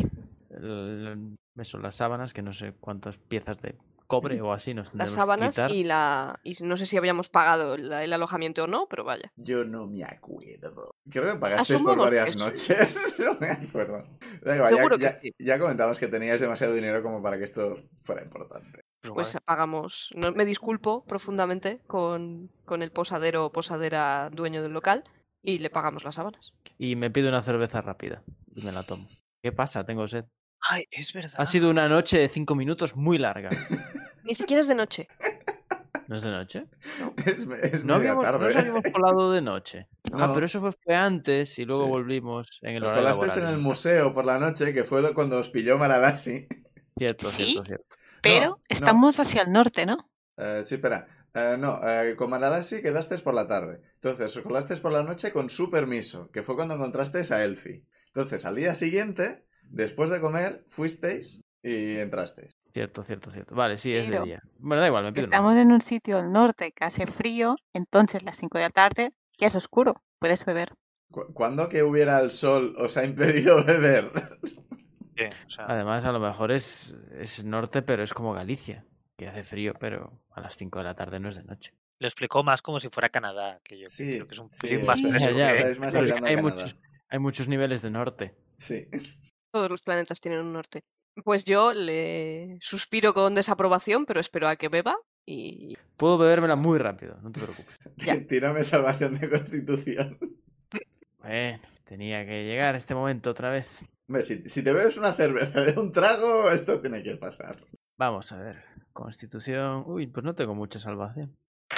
Eso, las sábanas, que no sé cuántas piezas de cobre o así nos Las tendremos que sábanas quitar. y no sé si habíamos pagado el alojamiento o no, pero vaya. Yo no me acuerdo. Creo que pagasteis por Asumamos varias que sí. noches. No me acuerdo. Da igual, Seguro que sí. ya comentabas que teníais demasiado dinero como para que esto fuera importante. Pues pagamos. Me disculpo profundamente con el posadero o posadera dueño del local y le pagamos las sábanas. Y me pido una cerveza rápida y me la tomo. ¿Qué pasa? Tengo sed. Ay, es verdad. Ha sido una noche de 5 minutos muy larga. Ni siquiera es de noche. ¿No es de noche? Es No media nos tarde. habíamos colado de noche. No. Ah, pero eso fue antes y luego Sí. volvimos en el Os horario colasteis en laboral. el museo por la noche, que fue cuando os pilló Malalassi. Cierto, Sí. cierto. Pero No. estamos hacia el norte, ¿no? Sí, espera. Con Malalassi quedasteis por la tarde. Entonces, os colasteis por la noche con su permiso, que fue cuando encontrasteis a Elfie. Entonces, al día siguiente, después de comer, fuisteis y entrasteis. Cierto. Vale, sí, es de Pero día. Bueno, da igual, me pido una. Estamos en un sitio al norte que hace frío, entonces las 5 de la tarde ya es oscuro, puedes beber. ¿Cuándo que hubiera el sol os ha impedido beber? Sí, o sea, Además, a lo mejor es norte, pero es como Galicia, que hace frío, pero a las 5 de la tarde no es de noche. lo explicó más como si fuera Canadá, que yo Sí, creo que es un sí, pelín más sí, fresco ya, que- estáis más Pero es tirando que a Canadá. hay muchos niveles de norte. Sí. Todos los planetas tienen un norte. Pues yo le suspiro con desaprobación, pero espero a que beba y Puedo bebérmela muy rápido, no te preocupes. Ya. Tírame salvación de constitución. Bueno, tenía que llegar este momento otra vez. Hombre, si te bebes una cerveza de un trago, esto tiene que pasar. Vamos a ver. Constitución. Uy, pues no tengo mucha salvación.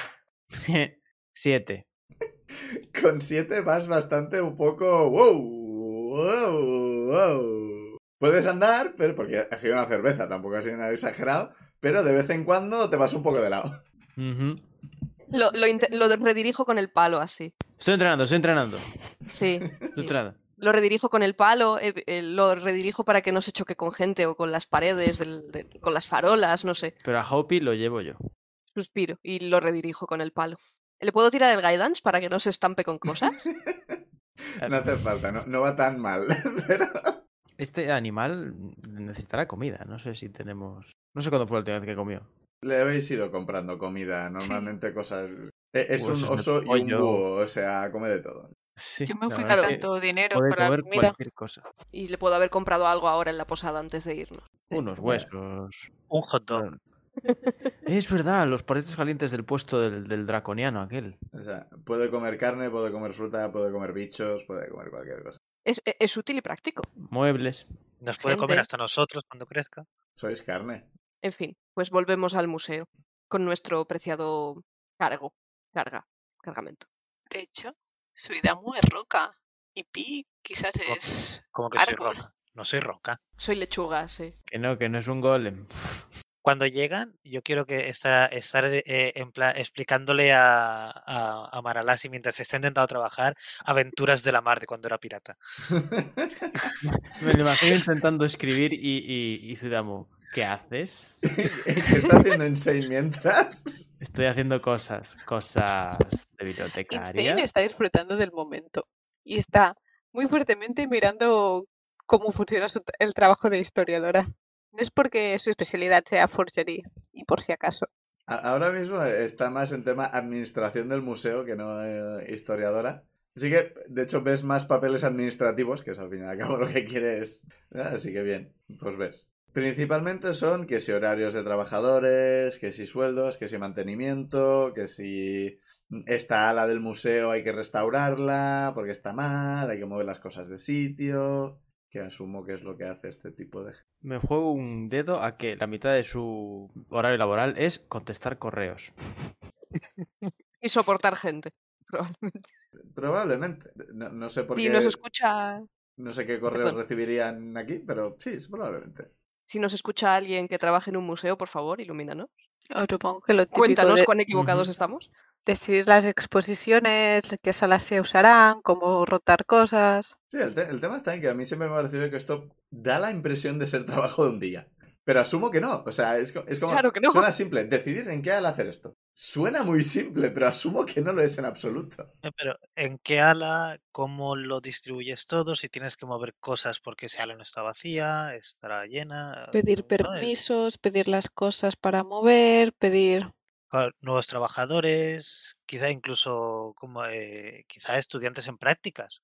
7. Con 7 vas bastante un poco... ¡Wow! ¡Wow! ¡Wow! Puedes andar, pero porque ha sido una cerveza, tampoco ha sido nada exagerado, pero de vez en cuando te vas un poco de lado. Ujú. Lo redirijo con el palo así. Estoy entrenando. Sí. Estoy sí. entrenando. Lo redirijo con el palo, lo redirijo para que no se choque con gente o con las paredes, con las farolas, no sé. Pero a Hopi lo llevo yo. Suspiro y lo redirijo con el palo. ¿Le puedo tirar el guidance para que no se estampe con cosas? No hace falta, no va tan mal, pero... Este animal necesitará comida. No sé si tenemos... No sé cuándo fue la última vez que comió. Le habéis ido comprando comida, normalmente cosas... Es un Huesos de oso y un pollo. búho, o sea, come de todo. Sí, Yo me la fui verdad es que gastando dinero puede para la comer comida. cualquier cosa. Y le puedo haber comprado algo ahora en la posada antes de irnos. Unos huesos. Un hot dog. Bueno, es verdad, los palitos calientes del puesto del draconiano aquel. O sea, puede comer carne, puede comer fruta, puede comer bichos, puede comer cualquier cosa. Es útil y práctico. Muebles. Nos puede comer Gente. hasta nosotros cuando crezca. Sois carne. En fin, pues volvemos al museo con nuestro preciado cargamento. De hecho, Suidamu es roca y Pi quizás ¿Cómo? es Como que soy árbol. roca. No soy roca. Soy lechuga, sí. Que no es un golem. Cuando llegan, yo quiero que estar en plan explicándole a Maralasi mientras está intentando trabajar aventuras de la mar de cuando era pirata. Me lo imagino intentando escribir y Zuidamu, ¿qué haces? ¿Qué está haciendo Insane mientras? Estoy haciendo cosas de bibliotecaria. Insane está disfrutando del momento y está muy fuertemente mirando cómo funciona el trabajo de historiadora. No es porque su especialidad sea forgery, y por si acaso. Ahora mismo está más en tema administración del museo que no historiadora. Así que, de hecho, ves más papeles administrativos, que es al fin y al cabo lo que quieres. Así que bien, pues ves. Principalmente son que si horarios de trabajadores, que si sueldos, que si mantenimiento, que si esta ala del museo hay que restaurarla porque está mal, hay que mover las cosas de sitio, que asumo que es lo que hace este tipo de... Me juego un dedo a que la mitad de su horario laboral es contestar correos. Y soportar gente, probablemente. Probablemente. No sé por Si qué... nos escucha... No sé qué correos Perdón. recibirían aquí, pero sí, probablemente. Si nos escucha alguien que trabaje en un museo, por favor, ilumínanos. O supongo que lo típico Cuéntanos de cuán equivocados Ujú. estamos. decidir las exposiciones, qué salas se usarán, cómo rotar cosas. Sí, el tema está en que a mí siempre me ha parecido que esto da la impresión de ser trabajo de un día. Pero asumo que no. O sea, es como... Claro que no. Suena simple. Decidir en qué ala hacer esto. Suena muy simple, pero asumo que no lo es en absoluto. Pero ¿en qué ala? ¿Cómo lo distribuyes todo? Si tienes que mover cosas porque esa ala no está vacía, estará llena. Pedir ¿no? permisos, pedir las cosas para mover, pedir... Nuevos trabajadores, quizá incluso quizá estudiantes en prácticas.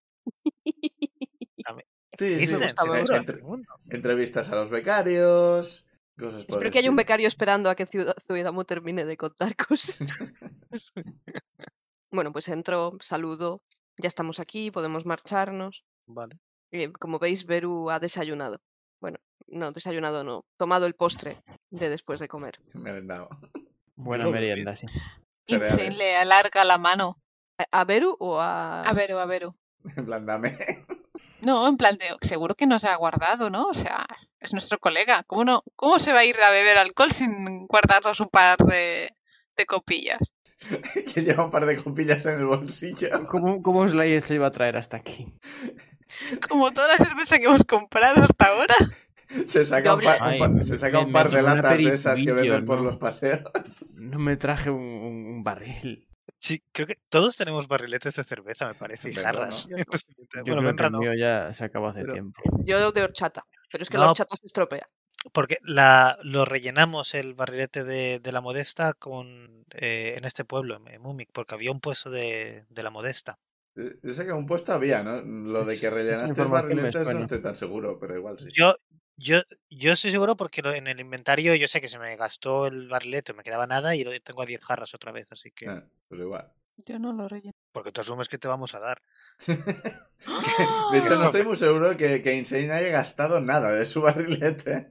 Sí, Existen, gustaba seguro, en entre- el mundo. entrevistas a los becarios, cosas por Espero el que haya un estilo. becario esperando a que Zuidamu termine de contar cosas. Bueno, pues entro, saludo, ya estamos aquí, podemos marcharnos. Vale. Como veis, Beru ha desayunado. Bueno, no, desayunado no, tomado el postre de después de comer. Me han dado. Buena Digo, merienda, sí. Insane Cereales. le alarga la mano. ¿A Beru o a...? A Veru. En plan, dame. No, en plan de, seguro que nos ha guardado, ¿no? O sea, es nuestro colega. ¿Cómo se va a ir a beber alcohol sin guardarnos un par de copillas? Que lleva un par de copillas en el bolsillo. ¿Cómo Slayer se iba a traer hasta aquí? Como toda la cerveza que hemos comprado hasta ahora. Se saca, Yo un, par, Ay, un par- se saca un me par de trajo un latas de esas que aperitivillo, venden por ¿no? los paseos. No me traje un barril. Sí, creo que todos tenemos barriletes de cerveza, me parece, y Benra, jarras. ¿no? Yo Bueno, creo que Benra el no, mío ya se acabó hace pero- tiempo. Yo de horchata, pero es que No. la horchata se estropea. porque lo rellenamos el barrilete de la Modesta en este pueblo, en Múmic, porque había un puesto de la Modesta. Yo sé que un puesto había, ¿no? Lo de que Esa rellenaste información me barriletes no suena. estoy tan seguro, pero igual sí. Yo estoy seguro porque en el inventario yo sé que se me gastó el barrilete, me quedaba nada y lo tengo a 10 jarras otra vez, así que... Pues igual. Yo no lo relleno. Porque tú asumes que te vamos a dar. De hecho, no estoy muy seguro que Insane haya gastado nada de su barrilete.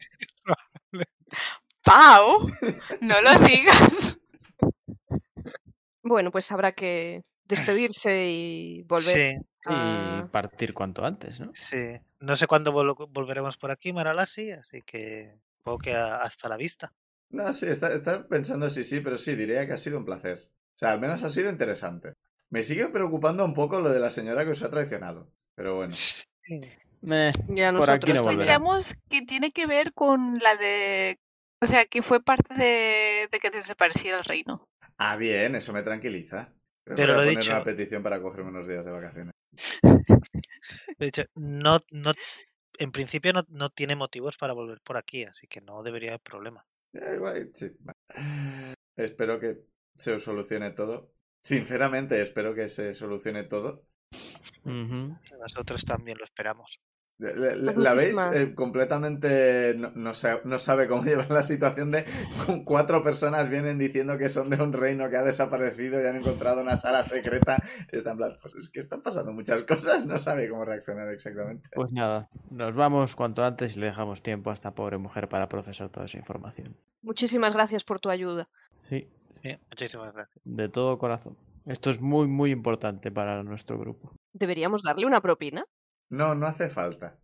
¡Pau! ¡No lo digas! Bueno, pues habrá que despedirse y volver. Sí, Y partir cuanto antes, ¿no? sí. No sé cuándo volveremos por aquí, Maralasi, así que supongo que hasta la vista. No, sí, está pensando si sí, pero sí, diría que ha sido un placer. O sea, al menos ha sido interesante. Me sigue preocupando un poco lo de la señora que os ha traicionado. Pero bueno. Sí. Ya por aquí nosotros no volverá. Sospechamos que tiene que ver con la de... O sea, que fue parte de que desapareciera el reino. Ah, bien, eso me tranquiliza. Creo que Pero voy a lo poner dicho, una petición para cogerme unos días de vacaciones. de hecho, en principio no tiene motivos para volver por aquí, así que no debería haber problema. Igual, sí. Espero que se os solucione todo. Sinceramente, espero que se solucione todo. Ujú. Nosotros también lo esperamos. La veis Muchísimas. completamente no sabe cómo llevar la situación de con 4 personas vienen diciendo que son de un reino que ha desaparecido y han encontrado una sala secreta. Está en plan, pues es que están pasando muchas cosas, no sabe cómo reaccionar exactamente. Pues nada, nos vamos cuanto antes y le dejamos tiempo a esta pobre mujer para procesar toda esa información. Muchísimas gracias por tu ayuda. Sí, Sí, muchísimas gracias. de todo corazón. Esto es muy, muy importante para nuestro grupo. ¿Deberíamos darle una propina? No hace falta.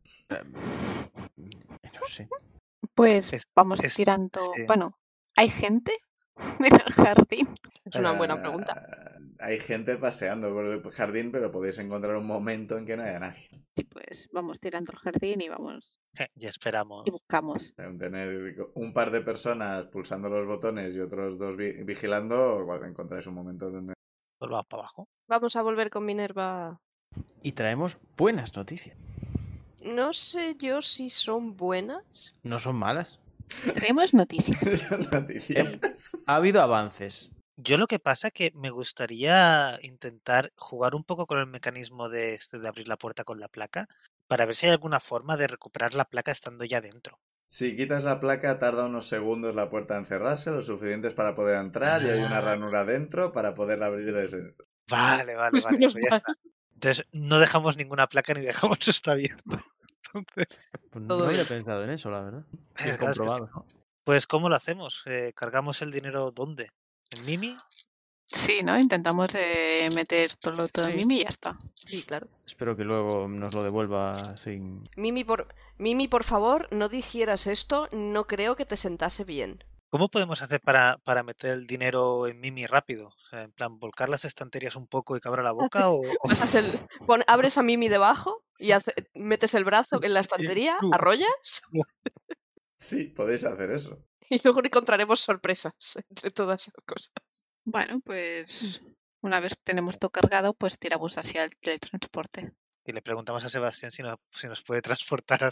No sé. Pues Es- vamos es- tirando... sí. Bueno, ¿hay gente en el jardín? Es una buena pregunta. Hay gente paseando por el jardín, pero podéis encontrar un momento en que no haya nadie. Sí, pues vamos tirando el jardín y vamos Ya esperamos. y buscamos. Tener un par de personas pulsando los botones y otros 2 vigilando, igual encontráis un momento donde... Volvamos para abajo. Vamos a volver con Minerva. Y traemos buenas noticias. No sé yo si son buenas. No son malas. Traemos noticias. Son noticias. Ha habido avances. Yo lo que pasa que me gustaría intentar jugar un poco con el mecanismo de abrir la puerta con la placa para ver si hay alguna forma de recuperar la placa estando ya dentro. Si quitas la placa, tarda unos segundos la puerta en cerrarse, lo suficientes para poder entrar, y hay una ranura dentro para poderla abrir desde dentro. Vale, Pues pues menos ya mal. está. Entonces no dejamos ninguna placa ni dejamos esto abierto. Entonces, Pues no Todo había bien. pensado en eso, la verdad. Bien claro, es que comprobado. pues ¿cómo lo hacemos? ¿Cargamos el dinero dónde? ¿En Mimi? Sí, ¿no? Intentamos meter todo en Sí. Mimi y ya está. Sí, claro. Espero que luego nos lo devuelva sin... Mimi, por favor, no dijeras esto. No creo que te sentase bien. ¿Cómo podemos hacer para meter el dinero en Mimi rápido? O sea, en plan, volcar las estanterías un poco y que abra la boca o... Abres a Mimi debajo y metes el brazo en la estantería, arrollas Sí, podéis hacer eso. y luego encontraremos sorpresas entre todas esas cosas. Bueno, pues una vez tenemos todo cargado, pues tiramos hacia el teletransporte. Y le preguntamos a Sebastián si nos puede transportar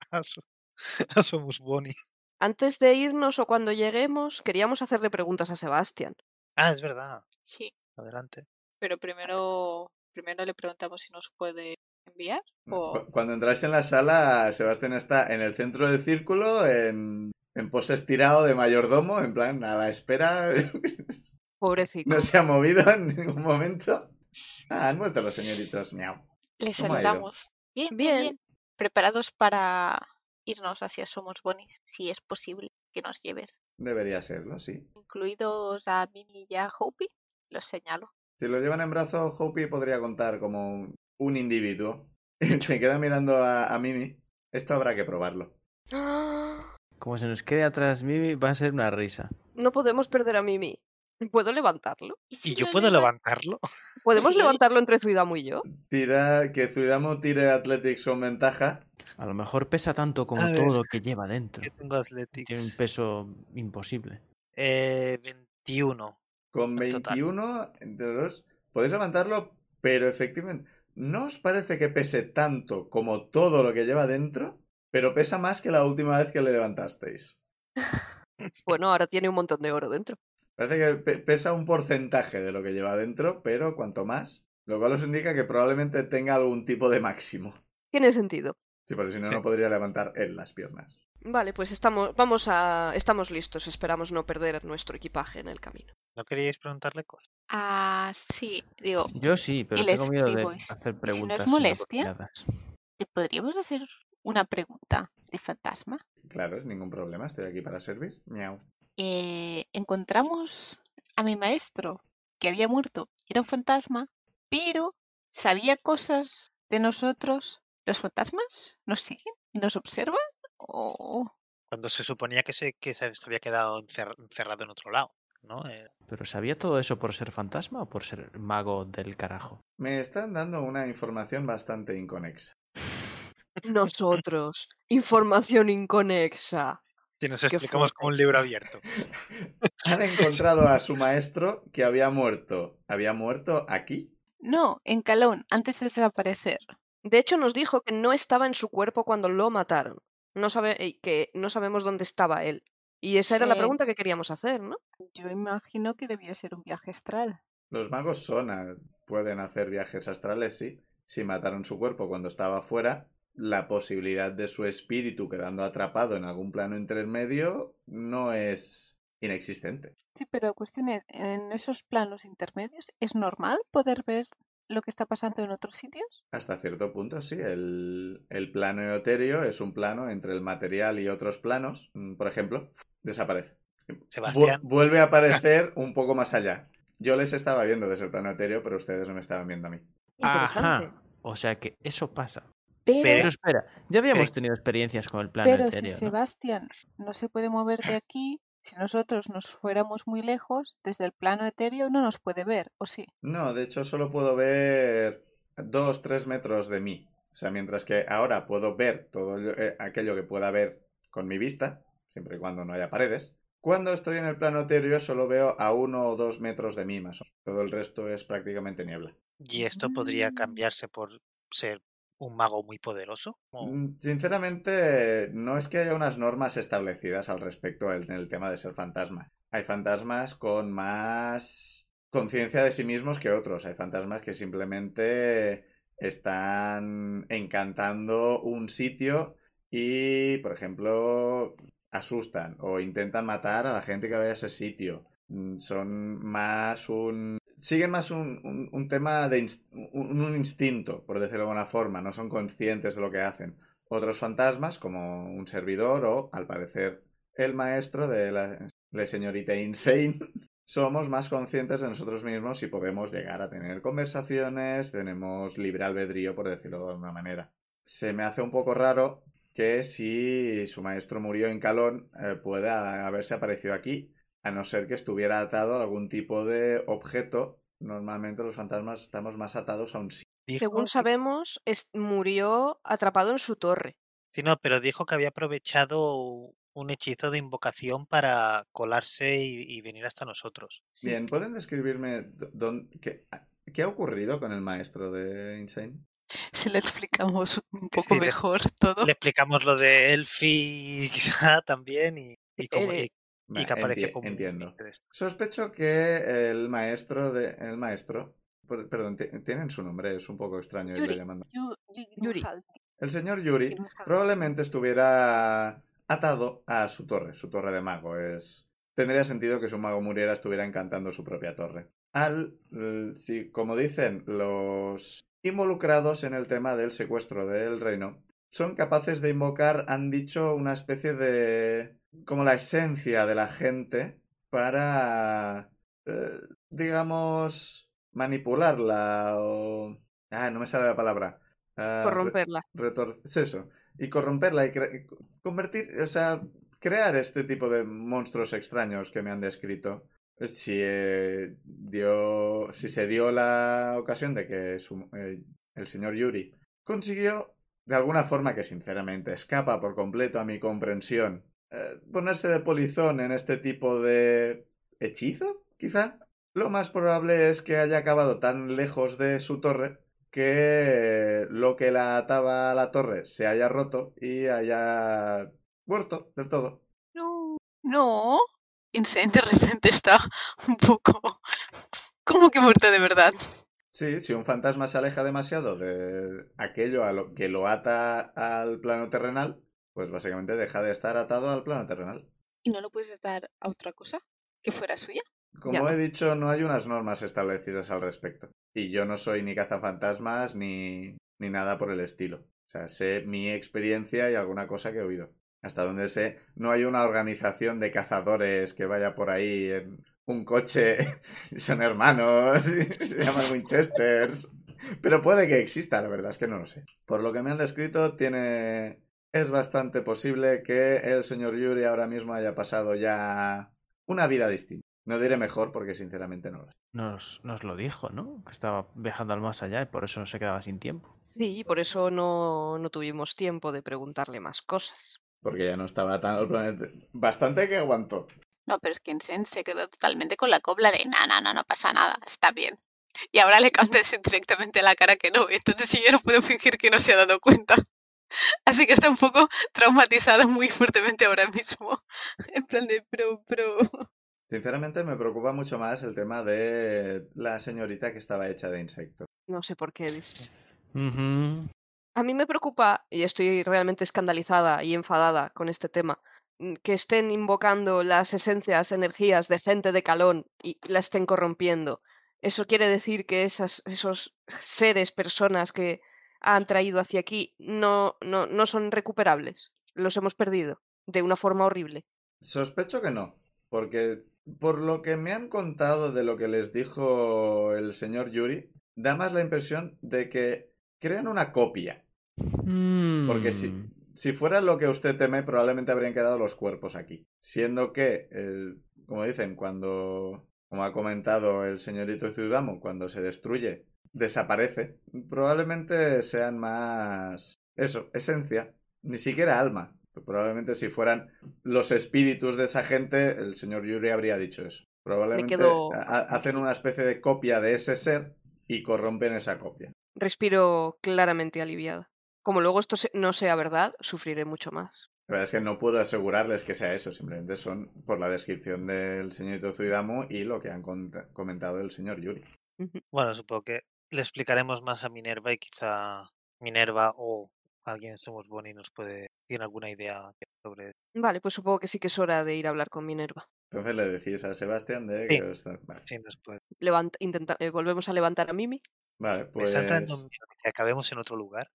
a su Musboni. Antes de irnos o cuando lleguemos, queríamos hacerle preguntas a Sebastián. Ah, es verdad. Sí, Adelante. pero primero le preguntamos si nos puede enviar o... Cuando entráis en la sala, Sebastián está en el centro del círculo, en pose estirado de mayordomo, en plan, a la espera. Pobrecito. No se ha movido en ningún momento. Ah, han vuelto los señoritos. Miau. Les ¿Cómo ha ido? saludamos. Bien, Bien. bien. Preparados para irnos hacia Somos Bonis, si es posible que nos lleves. Debería serlo, sí. Incluidos a Mimi y a Hopi, los señalo. Si lo llevan en brazo, Hopi podría contar como un individuo. Se queda mirando a Mimi. Esto habrá que probarlo. Como se nos quede atrás Mimi, va a ser una risa. No podemos perder a Mimi. ¿Puedo levantarlo? ¿Y yo puedo levantarlo? ¿Podemos Sí. levantarlo entre Zuidamu y yo? Que Zuidamu tire Athletics con ventaja. A lo mejor pesa tanto como A ver, todo lo que lleva dentro. Que tengo Athletics. Tiene un peso imposible. 21. Con En total. 21 entre los dos, podéis levantarlo, pero efectivamente, ¿no os parece que pese tanto como todo lo que lleva dentro? Pero pesa más que la última vez que le levantasteis. Bueno, ahora tiene un montón de oro dentro. Parece que pesa un porcentaje de lo que lleva dentro, pero cuanto más, lo cual os indica que probablemente tenga algún tipo de máximo. Tiene sentido. Sí, porque si no, Sí. no podría levantar él las piernas. Vale, pues estamos listos. Esperamos no perder nuestro equipaje en el camino. ¿No queríais preguntarle cosas? Ah, sí, digo, Yo sí, pero Y le tengo miedo de escribo, hacer ¿y si no es preguntas molestia? inapropiadas. ¿te podríamos hacer una pregunta de fantasma? Claro, es ningún problema, estoy aquí para servir. Miau. Encontramos a mi maestro que había muerto. Era un fantasma pero ¿sabía cosas de nosotros? ¿Los fantasmas nos siguen y nos observan? ¿O Cuando se suponía que se había quedado encerrado en otro lado, ¿no? ¿Pero sabía todo eso por ser fantasma o por ser mago del carajo? Me están dando una información bastante inconexa. Nosotros. Información inconexa. Y nos Qué explicamos fuerte. como un libro abierto. Han encontrado a su maestro que había muerto. ¿Había muerto aquí? no, en Calón, antes de desaparecer? De hecho, nos dijo que no estaba en su cuerpo cuando lo mataron. Que no sabemos dónde estaba él. Y esa era la Sí. pregunta que queríamos hacer, ¿no? Yo imagino que debía ser un viaje astral. Los magos pueden hacer viajes astrales, sí. Si mataron su cuerpo cuando estaba fuera, la posibilidad de su espíritu quedando atrapado en algún plano intermedio no es inexistente. Sí, pero la cuestión es, en esos planos intermedios, ¿es normal poder ver lo que está pasando en otros sitios? Hasta cierto punto, sí. El plano etéreo es un plano entre el material y otros planos. Por ejemplo, desaparece. Sebastián. Vuelve a aparecer un poco más allá. Yo les estaba viendo desde el plano etéreo, pero ustedes no me estaban viendo a mí. Interesante. Ajá. O sea que eso pasa. Pero, Pero espera, ya habíamos Sí. tenido experiencias con el plano pero si etéreo, ¿no? Sebastián no se puede mover de aquí, si nosotros nos fuéramos muy lejos, desde el plano etéreo no nos puede ver, ¿o sí? No, de hecho solo puedo ver 2-3 metros de mí. O sea, mientras que ahora puedo ver todo aquello que pueda ver con mi vista, siempre y cuando no haya paredes. Cuando estoy en el plano etéreo solo veo a 1 o 2 metros de mí más o menos. Todo el resto es prácticamente niebla. ¿Y esto podría cambiarse por ser un mago muy poderoso? Sinceramente, no es que haya unas normas establecidas al respecto en el tema de ser fantasma. Hay fantasmas con más conciencia de sí mismos que otros. Hay fantasmas que simplemente están encantando un sitio y, por ejemplo, asustan o intentan matar a la gente que vaya a ese sitio. Son más siguen más un tema de un instinto, por decirlo de alguna forma, no son conscientes de lo que hacen. Otros fantasmas, como un servidor o, al parecer, el maestro de la señorita Insane, somos más conscientes de nosotros mismos y podemos llegar a tener conversaciones, tenemos libre albedrío, por decirlo de alguna manera. Se me hace un poco raro que si su maestro murió en Calón, pueda haberse aparecido aquí, a no ser que estuviera atado a algún tipo de objeto. Normalmente los fantasmas estamos más atados a un sitio. Según sabemos, murió atrapado en su torre. Sí, no, pero dijo que había aprovechado un hechizo de invocación para colarse y venir hasta nosotros. Sí. Bien, ¿pueden describirme qué ha ocurrido con el maestro de Insane? Si lo explicamos un poco Sí, mejor todo. Le explicamos lo de Elfi quizá también y que aparece como Entiendo. Sospecho que el maestro perdón, tienen su nombre, es un poco extraño irle llamando. Yuri. El señor Yuri probablemente estuviera atado a su torre de mago. Tendría sentido que su mago muriera estuviera encantando su propia torre. Como dicen los involucrados en el tema del secuestro del reino, son capaces de invocar, han dicho, una especie de como la esencia de la gente para, digamos, manipularla o... no me sale la palabra. Corromperla. Eso. Y corromperla y convertir, o sea, crear este tipo de monstruos extraños que me han descrito. Si se dio la ocasión de que el señor Yuri consiguió, de alguna forma que sinceramente escapa por completo a mi comprensión, ponerse de polizón en este tipo de hechizo, quizá. Lo más probable es que haya acabado tan lejos de su torre que lo que la ataba a la torre se haya roto y haya muerto del todo. No. Insane de repente está un poco... ¿Cómo que muerto de verdad? Sí, si un fantasma se aleja demasiado de aquello a lo que lo ata al plano terrenal, pues básicamente deja de estar atado al plano terrenal. ¿Y no lo puedes atar a otra cosa que fuera suya? Como he dicho, no hay unas normas establecidas al respecto. Y yo no soy ni cazafantasmas ni nada por el estilo. O sea, sé mi experiencia y alguna cosa que he oído. Hasta donde sé, no hay una organización de cazadores que vaya por ahí un coche, son hermanos, se llaman Winchesters. Pero puede que exista, la verdad es que no lo sé. Por lo que me han descrito, es bastante posible que el señor Yuri ahora mismo haya pasado ya una vida distinta. No diré mejor porque sinceramente no lo sé. Nos lo dijo, ¿no? Que estaba viajando al más allá y por eso no se quedaba sin tiempo. Sí, por eso no tuvimos tiempo de preguntarle más cosas. Porque ya no estaba tan... Bastante que aguantó. No, pero es que Insane se quedó totalmente con la copla de no pasa nada, está bien. Y ahora le canta directamente a la cara que no, entonces yo no puedo fingir que no se ha dado cuenta. Así que está un poco traumatizada muy fuertemente ahora mismo. En plan de, pero... Sinceramente me preocupa mucho más el tema de la señorita que estaba hecha de insecto. No sé por qué. Ujú. A mí me preocupa, y estoy realmente escandalizada y enfadada con este tema, que estén invocando las esencias, energías de gente de Calón y la estén corrompiendo. Eso quiere decir que esos seres, personas que han traído hacia aquí no son recuperables. Los hemos perdido de una forma horrible. Sospecho que no, porque por lo que me han contado de lo que les dijo el señor Yuri, da más la impresión de que crean una copia. Porque si fuera lo que usted teme, probablemente habrían quedado los cuerpos aquí. Siendo que, como dicen, como ha comentado el señorito Ciudadamo, cuando se destruye, desaparece, probablemente sean más... Eso, esencia, ni siquiera alma. Probablemente si fueran los espíritus de esa gente, el señor Yuri habría dicho eso. Probablemente hacen una especie de copia de ese ser y corrompen esa copia. Respiro claramente aliviada. Como luego esto no sea verdad, sufriré mucho más. La verdad es que no puedo asegurarles que sea eso, simplemente son por la descripción del señorito Zuidamo y lo que han comentado el señor Yuri. Bueno, supongo que le explicaremos más a Minerva y quizá Minerva o alguien de Somos Bonnie nos tiene alguna idea sobre eso. Vale, pues supongo que sí que es hora de ir a hablar con Minerva. Entonces le decís a Sebastián de que... Vale. Sí, después. Volvemos a levantar a Mimi. Vale, Me pues... está entrando miedo que acabemos en otro lugar.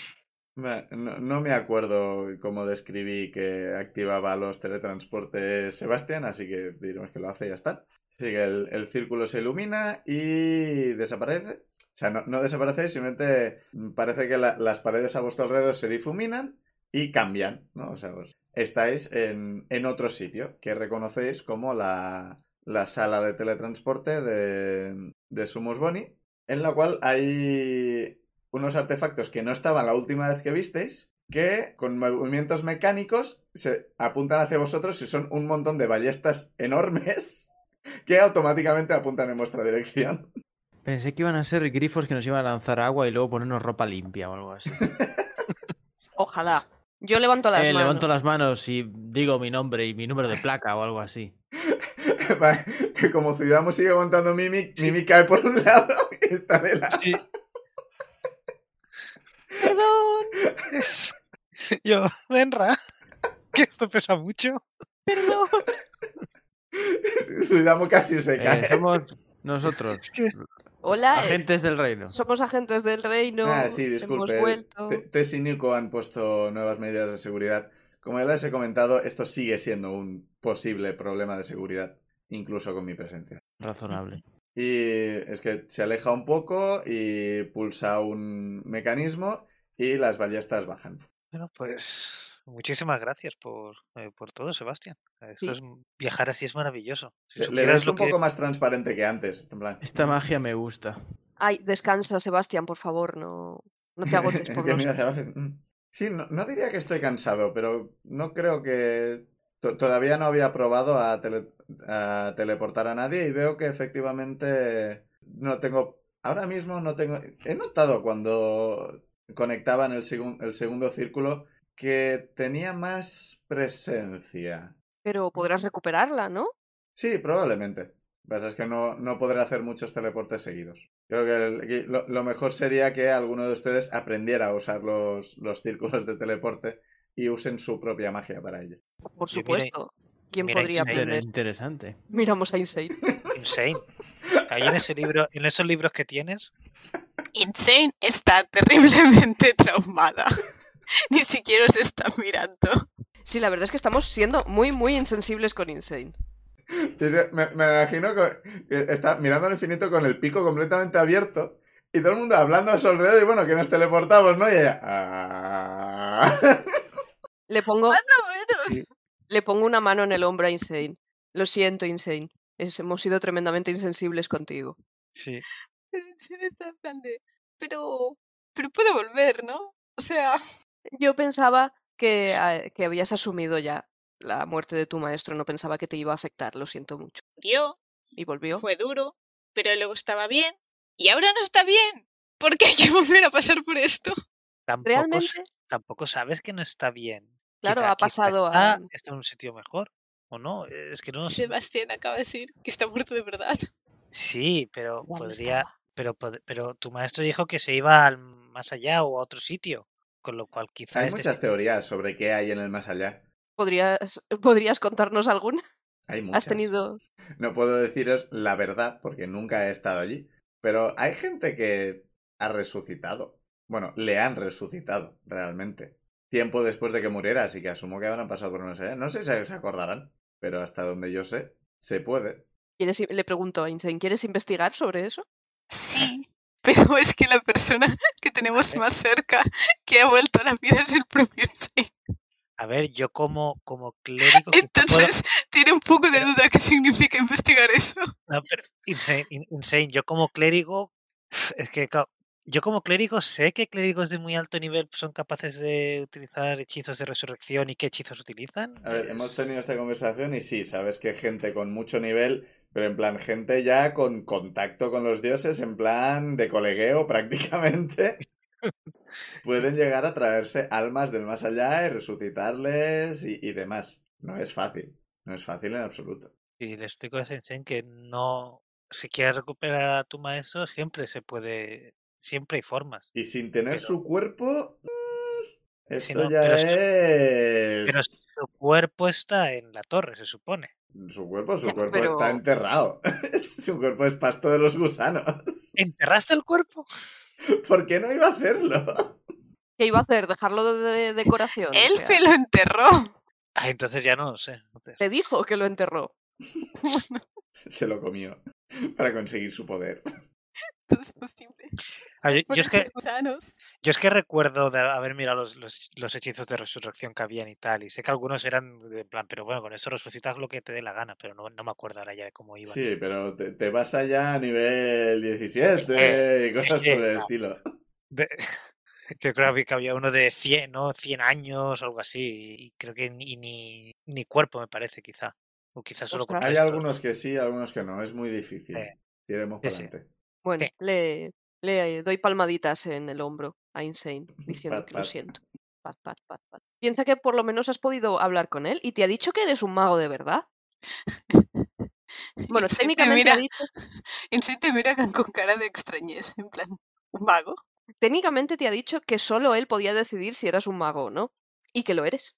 No me acuerdo cómo describí que activaba los teletransportes Sebastián, así que diremos que lo hace y ya está. Así que el círculo se ilumina y desaparece. O sea, no desaparece, simplemente parece que las paredes a vuestro alrededor se difuminan y cambian, ¿no? O sea, pues estáis en otro sitio que reconocéis como la sala de teletransporte de Sumos Boni, en la cual hay unos artefactos que no estaban la última vez que visteis, que con movimientos mecánicos se apuntan hacia vosotros y son un montón de ballestas enormes que automáticamente apuntan en vuestra dirección. Pensé que iban a ser grifos que nos iban a lanzar agua y luego ponernos ropa limpia o algo así. Ojalá. Yo levanto las manos. Levanto las manos y digo mi nombre y mi número de placa o algo así. Que como Ciudadamo sigue aguantando Mimi, sí. Mimi cae por un lado y está de lado. Sí. Perdón. Yo, Benra, que esto pesa mucho. Perdón. Ciudadamo casi se cae. Somos nosotros. Hola. Agentes del reino. Somos agentes del reino. Sí, disculpe. Hemos vuelto. Tess y Nico han puesto nuevas medidas de seguridad. Como ya les he comentado, esto sigue siendo un posible problema de seguridad, incluso con mi presencia. Razonable. Y es que se aleja un poco y pulsa un mecanismo y las ballestas bajan. Bueno, pues muchísimas gracias por todo, Sebastián. Viajar así es maravilloso. Si le ves un poco más transparente que antes. En plan. Esta magia me gusta. Ay, descansa, Sebastián, por favor, no te agotes por nosotros. Sí, no diría que estoy cansado, pero no creo que... Todavía no había probado a teleportar a nadie y veo que efectivamente no tengo... Ahora mismo no tengo... He notado cuando conectaban el segundo círculo que tenía más presencia. Pero podrás recuperarla, ¿no? Sí, probablemente. Lo que pasa es que no podré hacer muchos teleportes seguidos. Creo que lo mejor sería que alguno de ustedes aprendiera a usar los círculos de teleporte y usen su propia magia para ello. Por supuesto. ¿Quién podría aprender? Interesante. Miramos a Insane. Insane. Ahí en esos libros que tienes. Insane está terriblemente traumada. Ni siquiera os está mirando. Sí, la verdad es que estamos siendo muy, muy insensibles con Insane. Me imagino que está mirando al infinito con el pico completamente abierto y todo el mundo hablando a su alrededor y bueno, que nos teleportamos, ¿no? Y ella... Le pongo, Más o menos. le pongo una mano en el hombro a Insane. Lo siento, Insane. Hemos sido tremendamente insensibles contigo. Sí. Pero en serio está en plan de... Pero puedo volver, ¿no? O sea... Yo pensaba que habías asumido ya la muerte de tu maestro. No pensaba que te iba a afectar. Lo siento mucho. Murió, Y volvió. fue duro, pero luego estaba bien. Y ahora no está bien. ¿Por qué hay que volver a pasar por esto? Realmente, Tampoco sabes que no está bien. claro, Quizá ha pasado está en un sitio mejor, ¿o no? Es que no lo sé. Sebastián acaba de decir que está muerto de verdad. Sí, pero Ya lo podría... estaba. Pero tu maestro dijo que se iba al más allá o a otro sitio. Con lo cual quizá Hay este muchas sitio... teorías sobre qué hay en el más allá. ¿Podrías contarnos alguna? Hay ¿Has muchas. tenido...? No puedo deciros la verdad porque nunca he estado allí. Pero hay gente que ha resucitado. Bueno, le han resucitado, realmente. Tiempo después de que muriera, así que asumo que habrán pasado por el más allá. No sé si se acordarán, pero hasta donde yo sé, se puede. Le pregunto a Insane, ¿quieres investigar sobre eso? Sí, pero es que la persona que tenemos más cerca que ha vuelto a la vida es el propio Insane. A ver, yo como clérigo... quizá Entonces, tiene un poco de pero- duda qué significa investigar eso. No, pero Insane, yo como clérigo... Es que yo como clérigo sé que clérigos de muy alto nivel son capaces de utilizar hechizos de resurrección y qué hechizos utilizan. A ver, hemos tenido esta conversación y sí, sabes que gente con mucho nivel, pero en plan gente ya con contacto con los dioses, en plan de colegueo prácticamente, pueden llegar a traerse almas del más allá y resucitarles y demás. No es fácil, no es fácil en absoluto. Y le explico a Insane que no... Si quieres recuperar a tu maestro, siempre se puede... Siempre hay formas. Y sin tener Pero, su cuerpo, si esto no, ya pero es... su cuerpo está en la torre, se supone. Su cuerpo Ya, está pero enterrado. Su cuerpo es pasto de los gusanos. ¿Enterraste el cuerpo? ¿Por qué no iba a hacerlo? ¿qué iba a hacer? ¿Dejarlo de decoración? O Él sea, se lo enterró. Ah, entonces ya no lo sé. te dijo que lo enterró. Se lo comió para conseguir su poder. Todo es posible. Ah, yo Por es que esos gusanos. Yo es que recuerdo de haber mirado los hechizos de resurrección que habían y tal, y sé que algunos eran de plan, pero bueno, con eso resucitas lo que te dé la gana, pero no me acuerdo ahora ya de cómo iban. Sí, pero te vas allá a nivel 17 y cosas por el estilo. Que creo que había uno de 100, ¿no? 100 años o algo así, y creo que ni cuerpo me parece, quizá. O quizás solo con Ostras. Hay restos. algunos que sí, algunos que no. Es muy difícil. Tiremos Sí, para sí. adelante. Bueno, Sí. le doy palmaditas en el hombro a Insane, diciendo Pat, que lo pat. siento. Pat, pat, pat, pat. Piensa que por lo menos has podido hablar con él y te ha dicho que eres un mago de verdad. Bueno, Insane técnicamente ha dicho, Insane te mira con cara de extrañez, en plan, ¿un mago? técnicamente te ha dicho que solo él podía decidir si eras un mago o no. Y que lo eres.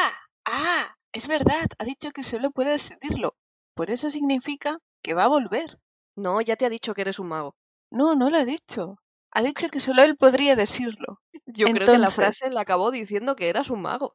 Es verdad, ha dicho que solo puede decidirlo. Por eso significa que va a volver. No, ya te ha dicho que eres un mago. No, no lo ha dicho. Ha dicho que solo él podría decirlo. Yo creo que la Entonces- frase la acabó diciendo que eras un mago.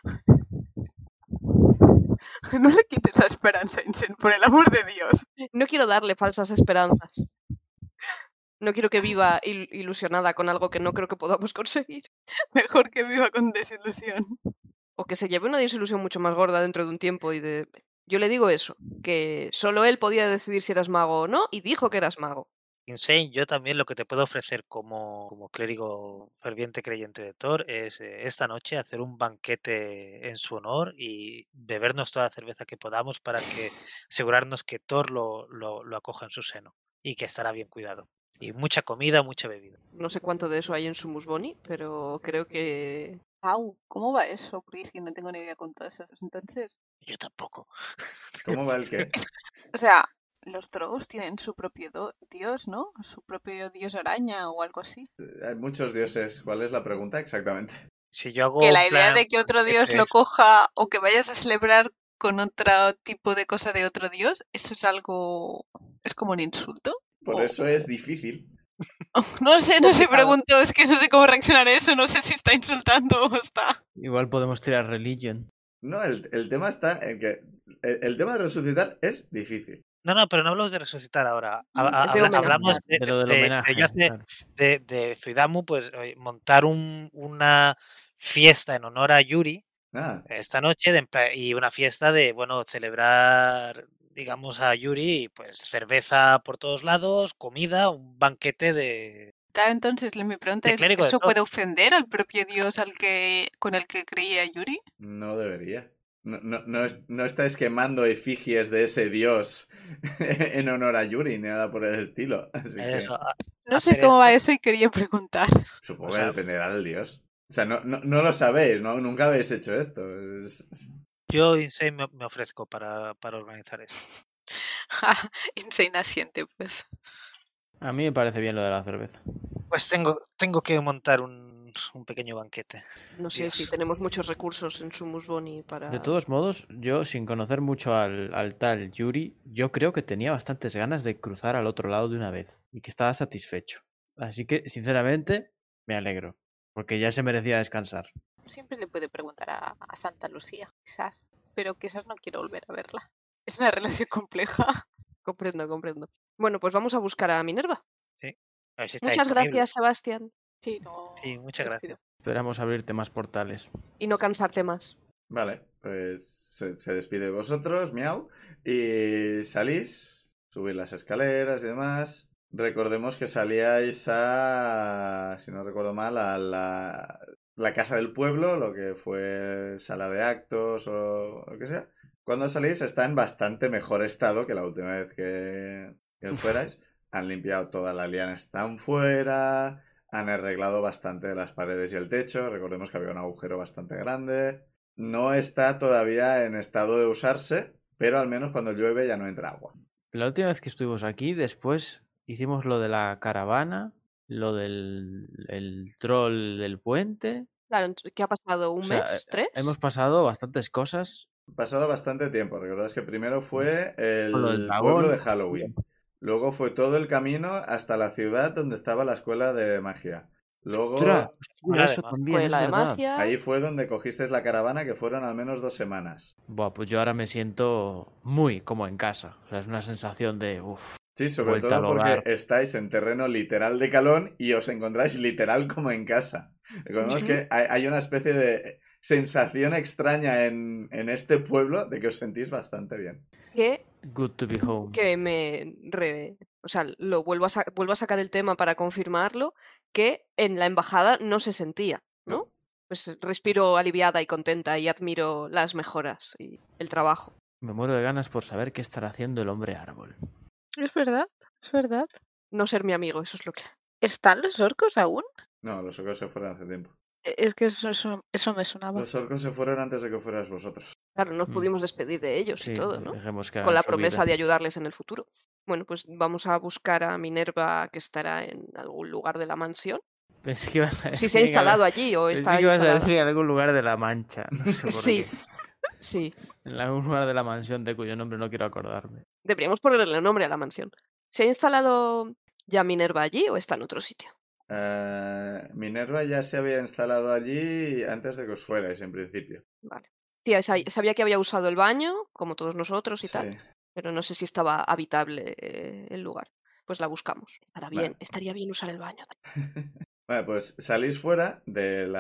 No le quites la esperanza, Insane, por el amor de Dios. No quiero darle falsas esperanzas. No quiero que viva ilusionada con algo que no creo que podamos conseguir. Mejor que viva con desilusión. O que se lleve una desilusión mucho más gorda dentro de un tiempo y de... Yo le digo eso, que solo él podía decidir si eras mago o no y dijo que eras mago. Insane, yo también lo que te puedo ofrecer como clérigo ferviente creyente de Thor es esta noche hacer un banquete en su honor y bebernos toda la cerveza que podamos para que asegurarnos que Thor lo acoja en su seno y que estará bien cuidado. Y mucha comida, mucha bebida. No sé cuánto de eso hay en Sumus Boni, pero creo que... Pau, ¿cómo va eso? Porque es que no tengo ni idea con todas esas. Entonces, Yo tampoco. ¿Cómo va el qué? o sea, los trolls tienen su propio dios, ¿no? Su propio dios araña o algo así. Hay muchos dioses. ¿Cuál es la pregunta exactamente? Si yo hago Que la en idea plan de que otro dios banquete, lo coja o que vayas a celebrar con otro tipo de cosa de otro dios, eso es algo... ¿Es como un insulto? Por eso es difícil. No sé, Complicado. pregunto, es que no sé cómo reaccionar a eso, no sé si está insultando o está... Igual podemos tirar religion. No, el tema está en que el tema de resucitar es difícil. No, pero no hablamos de resucitar ahora. Es de Hablamos homenajear. De lo del homenaje. yo hace- Claro. de Zuidamu, pues montar una fiesta en honor a Yuri Ah, esta noche y una fiesta de, bueno, celebrar, digamos, a Yuri, y pues cerveza por todos lados, comida, un banquete de Claro, entonces mi pregunta es, clérigo de ¿eso Thoth. puede ofender al propio dios con el que creía Yuri? no debería. No estáis quemando efigies de ese dios en honor a Yuri, ni nada por el estilo. Así que Eso, No sé hacer cómo va esto. eso y quería preguntar. supongo O que sea, dependerá del dios. O sea, no lo sabéis, ¿no? Nunca habéis hecho esto. Yo, Insane, me ofrezco para organizar esto. Insane asiente, pues. A mí me parece bien lo de la cerveza. Pues tengo que montar un pequeño banquete. No sé si Dios. tenemos muchos recursos en Sumus Boni para... De todos modos, yo sin conocer mucho al tal Yuri, yo creo que tenía bastantes ganas de cruzar al otro lado de una vez y que estaba satisfecho. Así que, sinceramente, me alegro, porque ya se merecía descansar. Siempre le puede preguntar a Santa Lucía, quizás. Pero quizás no quiero volver a verla. Es una relación compleja. Comprendo. Bueno, pues vamos a buscar a Minerva. A ver si está Muchas disponible. gracias, Sebastián. Sí, no. Sí, muchas despido. gracias. Esperamos abrirte más portales. Y no cansarte más. Vale, pues se despide de vosotros, miau, y salís, subís las escaleras y demás. Recordemos que salíais a, si no recuerdo mal, a la casa del pueblo, lo que fue sala de actos o lo que sea. Cuando salís está en bastante mejor estado que la última vez que os fuerais. Han limpiado todas las lianas, están fuera, han arreglado bastante de las paredes y el techo. Recordemos que había un agujero bastante grande. No está todavía en estado de usarse, pero al menos cuando llueve ya no entra agua. La última vez que estuvimos aquí, después hicimos lo de la caravana, lo del el troll del puente. Claro, ¿qué ha pasado? ¿Un O sea, mes? ¿3? hemos pasado bastantes cosas. Pasado bastante tiempo. Recordad que primero fue Con lo del el dragón. pueblo de Halloween. Luego fue todo el camino hasta la ciudad donde estaba la escuela de magia. Luego, ¡Ostras! Escuela de Eso magia. también, es Escuela de verdad. magia. ahí fue donde cogisteis la caravana, que fueron al menos 2 semanas. Buah, pues yo ahora me siento muy como en casa. O sea, es una sensación de, uff, Sí, sobre vuelta todo al porque hogar. estáis en terreno literal de Calón y os encontráis literal como en casa. Recordemos que hay una especie de sensación extraña en este pueblo de que os sentís bastante bien. Good to be home. Que o sea, vuelvo a sacar el tema para confirmarlo, que en la embajada no se sentía, ¿no? No. Pues respiro aliviada y contenta y admiro las mejoras y el trabajo. Me muero de ganas por saber qué estará haciendo el hombre árbol. Es verdad, es verdad. No ser mi amigo, eso es lo que... ¿Están los orcos aún? No, los orcos se fueron hace tiempo. Es que eso me sonaba. Los orcos se fueron antes de que fueras vosotros. Claro, nos Mm. pudimos despedir de ellos Sí, y todo, ¿no? dejemos que Con hagan la su promesa de vida. ayudarles en el futuro. Bueno, pues vamos a buscar a Minerva, que estará en algún lugar de la mansión. Pensé que ibas a Si decir se ha que instalado allí o pensé está que ibas a instalada. decir en algún lugar de la Mancha. No sé por Sí, qué. sí. En algún lugar de la mansión de cuyo nombre no quiero acordarme. Deberíamos ponerle nombre a la mansión. ¿Se ha instalado ya Minerva allí o está en otro sitio? Minerva ya se había instalado allí antes de que os fuerais, en principio. Vale. Sí, sabía que había usado el baño, como todos nosotros y Sí. tal, pero no sé si estaba habitable el lugar. Pues la buscamos. Estará bien, Vale. estaría bien usar el baño. Bueno, pues salís fuera del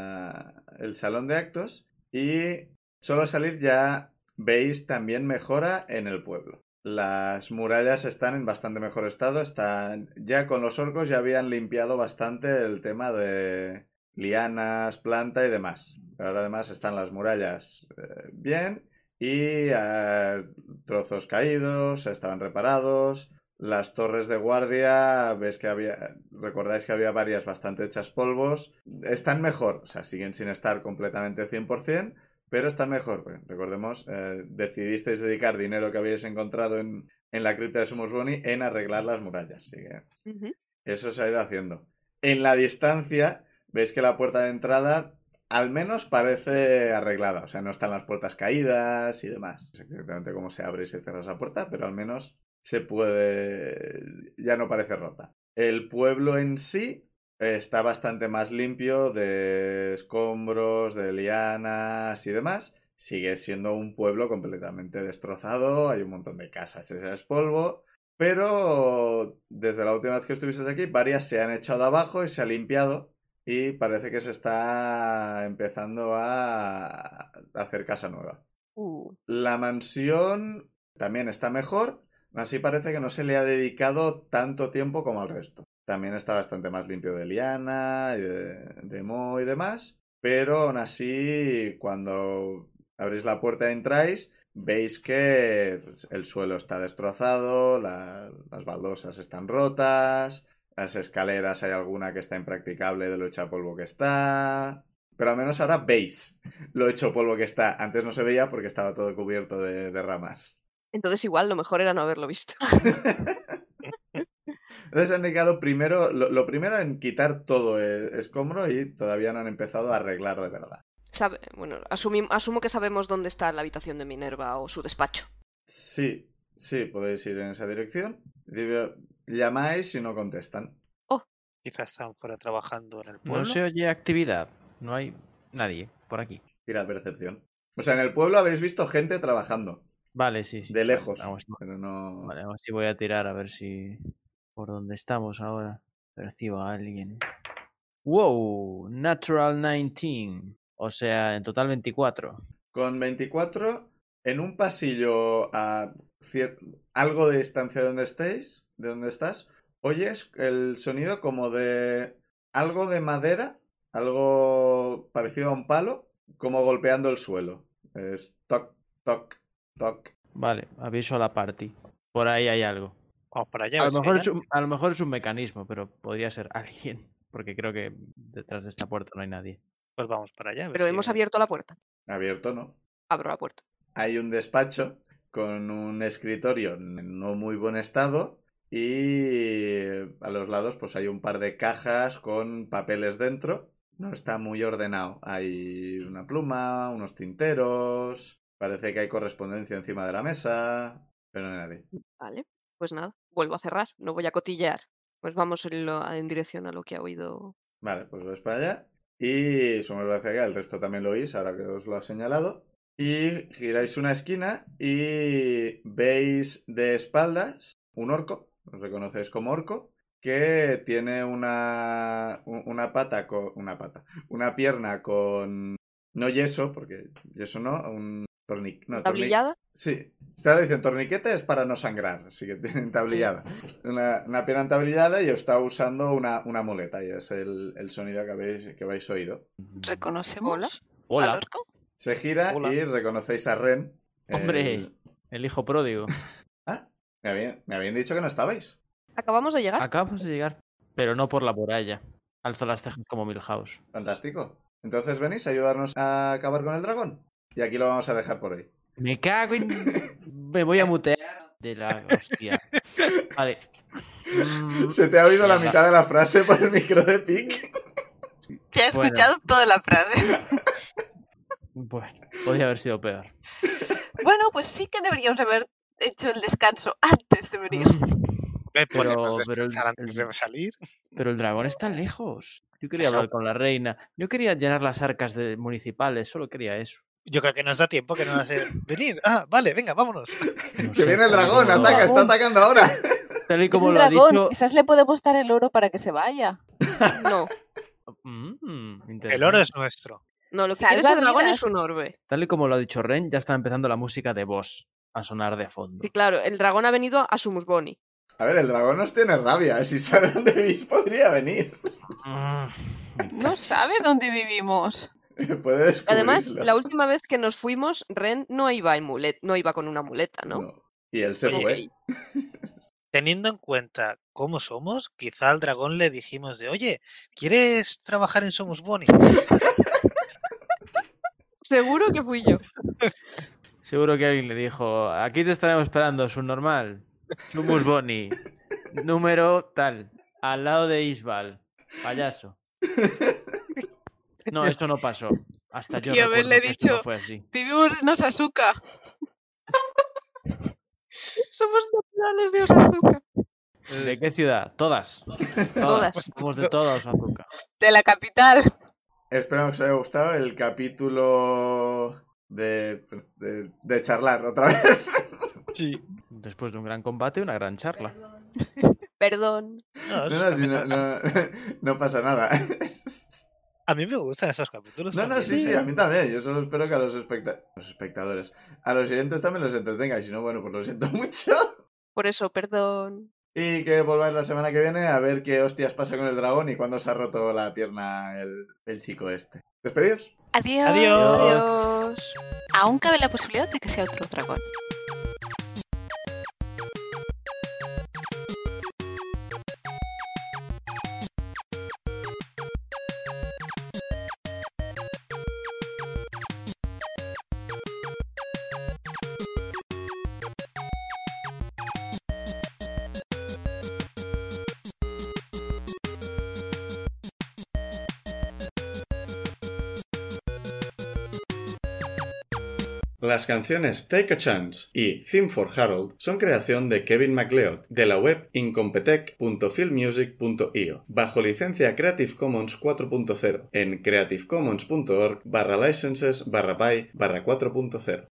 salón de actos y solo salir ya veis también mejora en el pueblo. Las murallas están en bastante mejor estado. Ya con los orcos ya habían limpiado bastante el tema de lianas, planta y demás. Ahora además están las murallas bien y trozos caídos, estaban reparados. Las torres de guardia, recordáis que había varias bastante hechas polvos. Están mejor, o sea, siguen sin estar completamente 100%, pero están mejor. Bueno, recordemos, decidisteis dedicar dinero que habíais encontrado en la cripta de Sumus Boni en arreglar las murallas. Así que eso se ha ido haciendo. En la distancia, veis que la puerta de entrada al menos parece arreglada. O sea, no están las puertas caídas y demás. No sé exactamente cómo se abre y se cierra esa puerta, pero al menos se puede... ya no parece rota. El pueblo en sí está bastante más limpio de escombros, de lianas y demás, sigue siendo un pueblo completamente destrozado, hay un montón de casas hechas polvo, pero desde la última vez que estuviste aquí, varias se han echado abajo y se ha limpiado y parece que se está empezando a hacer casa nueva. La mansión también está mejor, así parece que no se le ha dedicado tanto tiempo como al resto. También está bastante más limpio de liana, y de moho y demás, pero aún así, cuando abrís la puerta y entráis, veis que pues, el suelo está destrozado, las baldosas están rotas, las escaleras hay alguna que está impracticable de lo hecha polvo que está... Pero al menos ahora veis lo hecho polvo que está. Antes no se veía porque estaba todo cubierto de ramas. Entonces igual lo mejor era no haberlo visto. Entonces han dedicado primero, lo primero en quitar todo el escombro y todavía no han empezado a arreglar de verdad. Bueno, asumo que sabemos dónde está la habitación de Minerva o su despacho. Sí, podéis ir en esa dirección. Llamáis y no contestan. Quizás están fuera trabajando en el pueblo. No se oye actividad. No hay nadie por aquí. Tira percepción. O sea, en el pueblo habéis visto gente trabajando. Vale, sí. De lejos. Pero no... Vale, ahora sí voy a tirar a ver si... Por dónde estamos ahora. Percibo a alguien. ¡Wow! Natural 19. O sea, en total 24. Con 24, en un pasillo a algo de distancia de donde estás, oyes el sonido como de algo de madera, algo parecido a un palo, como golpeando el suelo. Es toc, toc, toc. Vale, aviso a la party. Por ahí hay algo. Vamos para allá. A lo mejor es un mecanismo, pero podría ser alguien. Porque creo que detrás de esta puerta no hay nadie. Pues vamos para allá. Pero hemos abierto la puerta. Abierto, ¿no? Abro la puerta. Hay un despacho con un escritorio en no muy buen estado y a los lados pues hay un par de cajas con papeles dentro. No está muy ordenado. Hay una pluma, unos tinteros, parece que hay correspondencia encima de la mesa, pero no hay nadie. Vale, pues nada, vuelvo a cerrar, no voy a cotillear. Pues vamos en dirección a lo que ha oído. Vale, pues vais para allá y somos hacia acá, el resto también lo oís ahora que os lo ha señalado. Y giráis una esquina y veis de espaldas un orco, os reconocéis como orco, que tiene una pierna con, no yeso, porque yeso no, un ¿Tablillada? Sí, ustedes dicen torniquete es para no sangrar, así que tienen tablillada. Una pierna tablillada y está usando una muleta y es el sonido que habéis oído. ¿Reconocemos Hola. al orco? Se gira y reconocéis a Ren. ¡Hombre! El hijo pródigo. Ah, me habían dicho que no estabais. ¿Acabamos de llegar? Acabamos de llegar, pero no por la muralla. Alzo las cejas como Milhouse. Fantástico. Entonces venís a ayudarnos a acabar con el dragón. Y aquí lo vamos a dejar por hoy. Me cago en... Me voy a mutear de la hostia. Vale. Se te ha oído la mitad de la frase por el micro de Pic. Te he escuchado toda la frase. Bueno, podría haber sido peor. Bueno, pues sí que deberíamos haber hecho el descanso antes de venir. ¿Podemos descansar antes de salir? Pero el dragón está lejos. Yo quería hablar con la reina. Yo quería llenar las arcas municipales. Solo quería eso. Yo creo que nos da tiempo, que no va a ser venir. Ah, vale, venga, vámonos. No que viene el dragón, ataca, está atacando ahora. Tal y como es lo ha dragón, dicho... quizás le podemos dar el oro para que se vaya. No. El oro es nuestro. No, lo que quiere ese dragón es un orbe. Tal y como lo ha dicho Ren, ya está empezando la música de Boss a sonar de fondo. Sí, claro, el dragón ha venido a Sumus Boni. A ver, el dragón nos tiene rabia. Si sabe dónde vivís, podría venir. No sabe dónde vivimos. Puede descubrirlo. Además, la última vez que nos fuimos, Ren no iba con una muleta, ¿no? Y él se fue. Teniendo en cuenta cómo somos, quizá al dragón le dijimos de, oye, ¿quieres trabajar en Sumus Boni? Seguro que fui yo. Seguro que alguien le dijo, aquí te estaremos esperando, subnormal. Sumus Boni. Número tal. Al lado de Isbal. Payaso. No, esto no pasó. Hasta yo y haberle que dicho, no fue así. Vivimos en Osazuka. Somos naturales de Osazuka. ¿De qué ciudad? Todas. Todas. Somos de toda Osazuka. De la capital. Espero que os haya gustado el capítulo de charlar otra vez. Sí. Después de un gran combate, una gran charla. Perdón. No, No pasa nada. a mí me gustan esos capítulos. No, también. sí, a mí también. Yo solo espero que a los espectadores, a los oyentes también los entretenga. Y si no, bueno, pues lo siento mucho. Por eso, perdón. Y que volváis la semana que viene a ver qué hostias pasa con el dragón y cuándo se ha roto la pierna el chico este. ¿Despedidos? Adiós. Adiós. Adiós. Aún cabe la posibilidad de que sea otro dragón. Las canciones Take a Chance y Theme for Harold son creación de Kevin MacLeod de la web incompetech.filmmusic.io bajo licencia Creative Commons 4.0 en creativecommons.org/licenses/by/4.0.